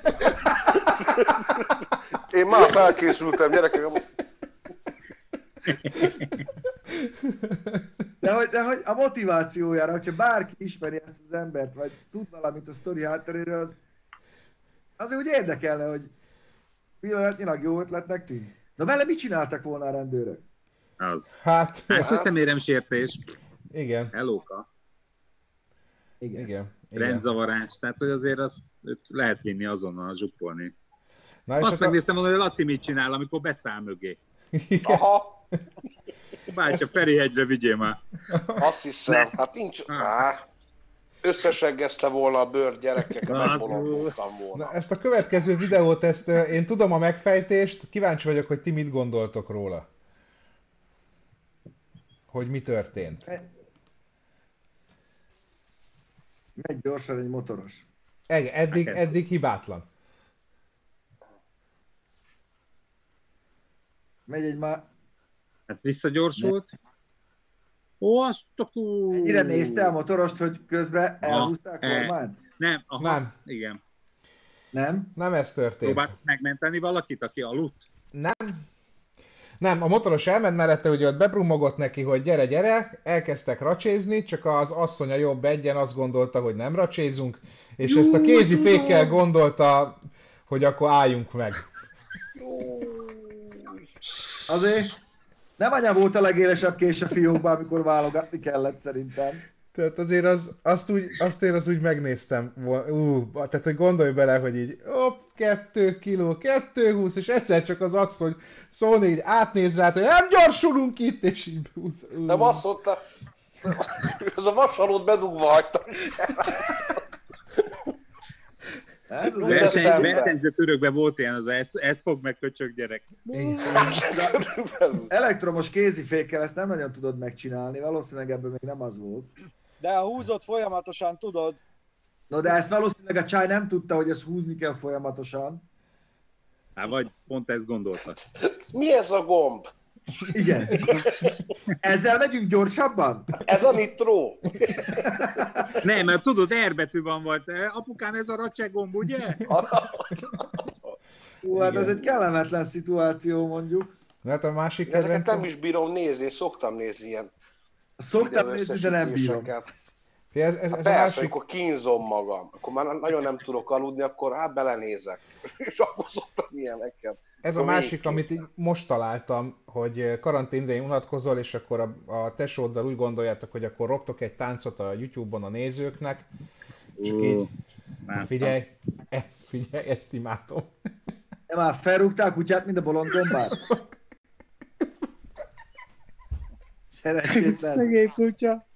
C: Én már felkészültem, gyerekek.
B: De hogy a motivációjára, hogyha bárki ismeri ezt az embert, vagy tud valamit a sztori hátteréről, az azért úgy érdekelne, hogy pillanatnyilag jó ötletnek tűnt. Na vele mit csináltak volna a rendőrök?
D: Az.
A: Hát,
D: Hát a szeméremsértés,
A: igen,
D: elóka,
A: igen.
D: rendzavarás, tehát hogy azért azt őt lehet vinni azonnal, zsuppolni.
A: Na, és
D: Azt
A: hát
D: megnéztem volna, hogy Laci mit csinál, amikor beszáll mögé.
A: igen.
C: Aha,
D: Bátya, Ferihegyre vigyél már.
C: azt hiszem, hát nincs... Összeseggezte volna a bőr gyerekek, megbolondultam volna.
A: Na, ezt a következő videót, én tudom a megfejtést, kíváncsi vagyok, hogy ti mit gondoltok róla. Hogy mi történt.
B: Megy gyorsan egy motoros.
A: Eddig hibátlan.
B: Megy egy már...
D: Hát visszagyorsult. Ó, azt a
B: Ennyire nézte a motorost, hogy közben elhúzták a kormányt?
D: Nem, aha,
A: Nem.
D: igen.
B: Nem?
A: Nem ez történt.
D: Próbált megmenteni valakit, aki aludt?
A: Nem, a motoros elment mellette, ugye ott bebrumogott neki, hogy gyere, gyere, elkezdtek racsézni, csak az asszony a jobb egyen azt gondolta, hogy nem racsézunk, és ezt a kézifékkel gondolta, hogy akkor álljunk meg.
B: Azért nem anya volt a legélesebb kés a fiókban, amikor válogatni kellett szerintem.
A: Tehát azért azt úgy megnéztem, tehát hogy gondolj bele, hogy így, 2 kiló, 220, és egyszer csak az asszony szólni, így átnéz rá, hogy nem gyorsulunk itt, és így húz.
C: Nem azt mondta, ez a vasalót bedugva hagyta.
B: Ez az
D: Versenyző törökben volt ilyen, az ez fog meg köcsög gyerek.
B: elektromos kézifékkel ezt nem nagyon tudod megcsinálni, valószínűleg ebből még nem az volt.
E: De ha húzott folyamatosan, tudod.
B: No, de ezt valószínűleg a csaj nem tudta, hogy ezt húzni kell folyamatosan.
D: Hát vagy pont ezt gondolta.
C: Mi ez a gomb?
B: Igen. Ezzel megyünk gyorsabban?
C: Ez a nitró?
D: Nem, mert tudod, R betű van volt. Apukám, ez a racsegomb, ugye?
B: Hát ez egy kellemetlen szituáció, mondjuk.
A: Hát a másik
C: Ezeket
A: kedvencem...
C: nem is bírom nézni, én szoktam nézni ilyen
B: Szoktam nézni, de nem bírom.
A: Ez
C: Persze,
A: a másik...
C: amikor kínzom magam, akkor már nagyon nem tudok aludni, akkor hát belenézek. És akkor szoktam ilyeneket.
A: Ez a másik, amit így most találtam, hogy karantén idején unatkozol, és akkor a tesóddal úgy gondoljátok, hogy akkor roptok egy táncot a YouTube-on a nézőknek, csak így, figyelj, ezt imádom.
B: De már felrúgtál a kutyát, mint a bolond gombát? Szerencsétlen.
E: Szegény kutya.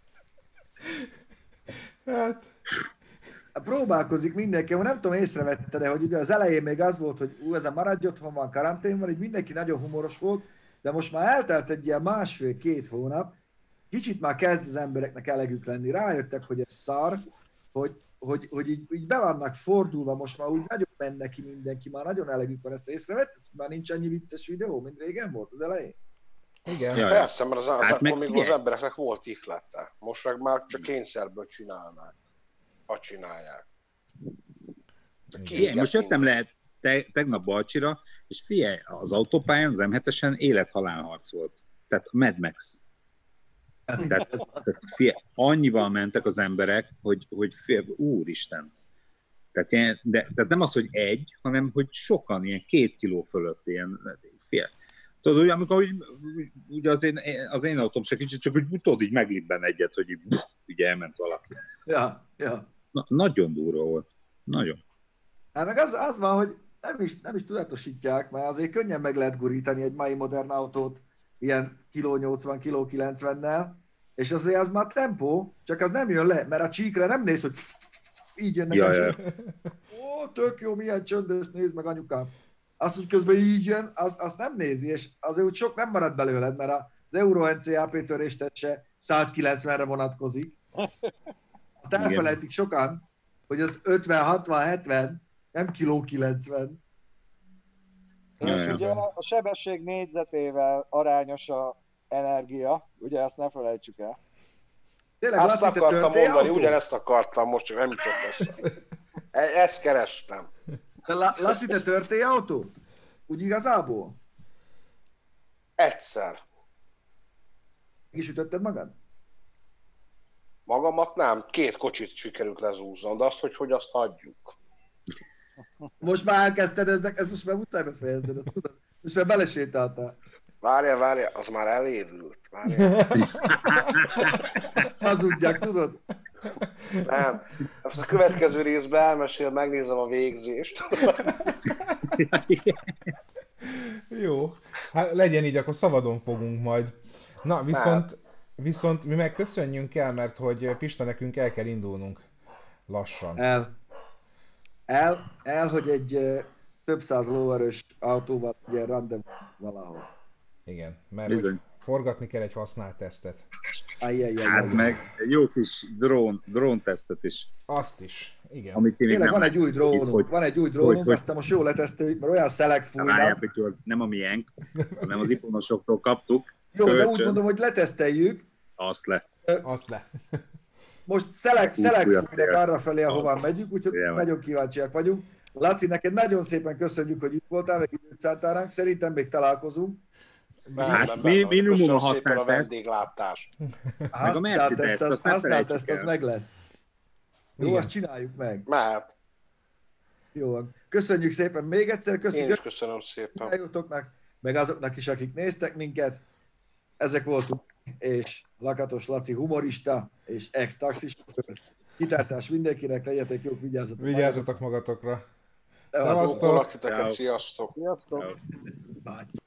A: Hát...
B: Próbálkozik mindenki, nem tudom, észrevette, de hogy ugye az elején még az volt, hogy ez a maradj otthon van, karantén van, így mindenki nagyon humoros volt, de most már eltelt egy ilyen 1,5-2 hónap, kicsit már kezd az embereknek elegük lenni, rájöttek, hogy ez szar, hogy így be vannak fordulva, most már úgy nagyon menne ki mindenki, már nagyon elegük van, ezt észrevettek, már nincs annyi vicces videó, mint régen volt az elején.
A: Igen.
D: Ja,
C: Persze, mert
D: hát
C: akkor
D: meg
C: még
D: figyelj.
C: az embereknek volt ihlete. Most meg már csak kényszerből csinálnák. Ha csinálják.
D: Igen, most jöttem le tegnap Balcsira, és figyelj, az autópályán, az M7-esen élet-halálharc volt. Tehát Mad Max. Tehát figyelj, annyival mentek az emberek, hogy figyelj, úristen. Tehát nem az, hogy egy, hanem hogy sokan, ilyen 2 kiló fölött, ilyen, figyelj. Tudod, úgy, amikor ugye az én autóm se kicsit, csak úgy tudod, így meglibben egyet, hogy így elment valaki.
B: Ja.
D: Nagyon durva volt. Nagyon.
B: Hát meg az van, hogy nem is tudatosítják, mert azért könnyen meg lehet gurítani egy mai modern autót ilyen kiló 80, kiló 90-nel, és azért az már tempó, csak az nem jön le, mert a csíkra nem néz, hogy így jönnek a csík. Ó, tök jó, milyen csöndes, nézd meg anyukám. Azt, hogy közben így jön, azt nem nézi, és azért úgy sok nem marad belőled, mert az Euro NCAP törést se 190-re vonatkozik. Azt elfelejtik sokan, hogy az 50, 60, 70, nem kiló 90.
E: És ugye a sebesség négyzetével arányos a energia, ugye ezt ne felejtsük el.
B: Tényleg,
C: Azt
B: Laci, te
C: akartam
B: törtél
C: mondani,
B: autó?
C: ugyanezt akartam, most csak nem jutott eszembe. Ezt kerestem.
B: Laci, te törtél autót? Úgy igazából?
C: Egyszer.
B: Meg is ütötted magad?
C: Magamat nem, 2 kocsit sikerült lezúznom, de azt, hogy azt hagyjuk.
B: Most már elkezdted, ez most már muszáj befejezned, ezt tudod? Most már belesétáltál.
C: Várja, az már elévült. Várja.
B: Hazudják, tudod?
C: Nem. Azt a következő részben elmesél, megnézem a végzést.
A: Jó, hát legyen így, akkor szabadon fogunk majd. Na, viszont mi meg köszönjünk el, mert hogy Pista, nekünk el kell indulnunk lassan.
B: Hogy egy több száz lóerős autóval ugye rendezvú valahol.
A: Igen, mert
D: Bizony.
A: forgatni kell egy használt tesztet.
D: Hát meg egy jó kis drón tesztet is.
A: Azt is, igen.
D: Amit én még
B: Tényleg
D: nem
B: van egy új drónunk, aztán most jól leteszteljük, mert olyan szelek fújnak.
D: Az nem a miénk, hanem az iponosoktól kaptuk.
B: Jó, de úgy
D: Kölcsön.
B: mondom, hogy leteszteljük.
D: Azt le.
B: Most szelek
D: fújja
B: fújnak
D: fél.
B: arra felé, ahová
D: Az.
B: megyünk, úgyhogy
D: Igen.
B: nagyon kíváncsiak vagyunk. Laci, neked nagyon szépen köszönjük, hogy itt voltál, meg időt szálltál ránk. Szerintem még találkozunk.
D: Hát minimum
C: Köszönöm
D: a
C: szépen a
D: használt teszt.
C: vendéglátást.
B: A
D: Meg a Mercedes-t, azt ne
B: használt
D: felejtsük
B: teszt, az
D: el.
B: meg lesz. Jó,
A: Igen.
B: azt csináljuk meg.
C: Mehet.
B: Jó van. Köszönjük szépen még egyszer,
C: Én
B: köszönjük
C: is köszönöm szépen.
B: a meg azoknak is, akik néztek minket. Ezek voltunk, és Lakatos Laci humorista, és ex-taxisofőr. Kitartás mindenkinek, legyetek jók, vigyázzatok.
A: Vigyázzatok magatokra.
B: Szevasztok.
A: Szevasztok!
C: Sziasztok!
E: Sziasztok!
B: Bye.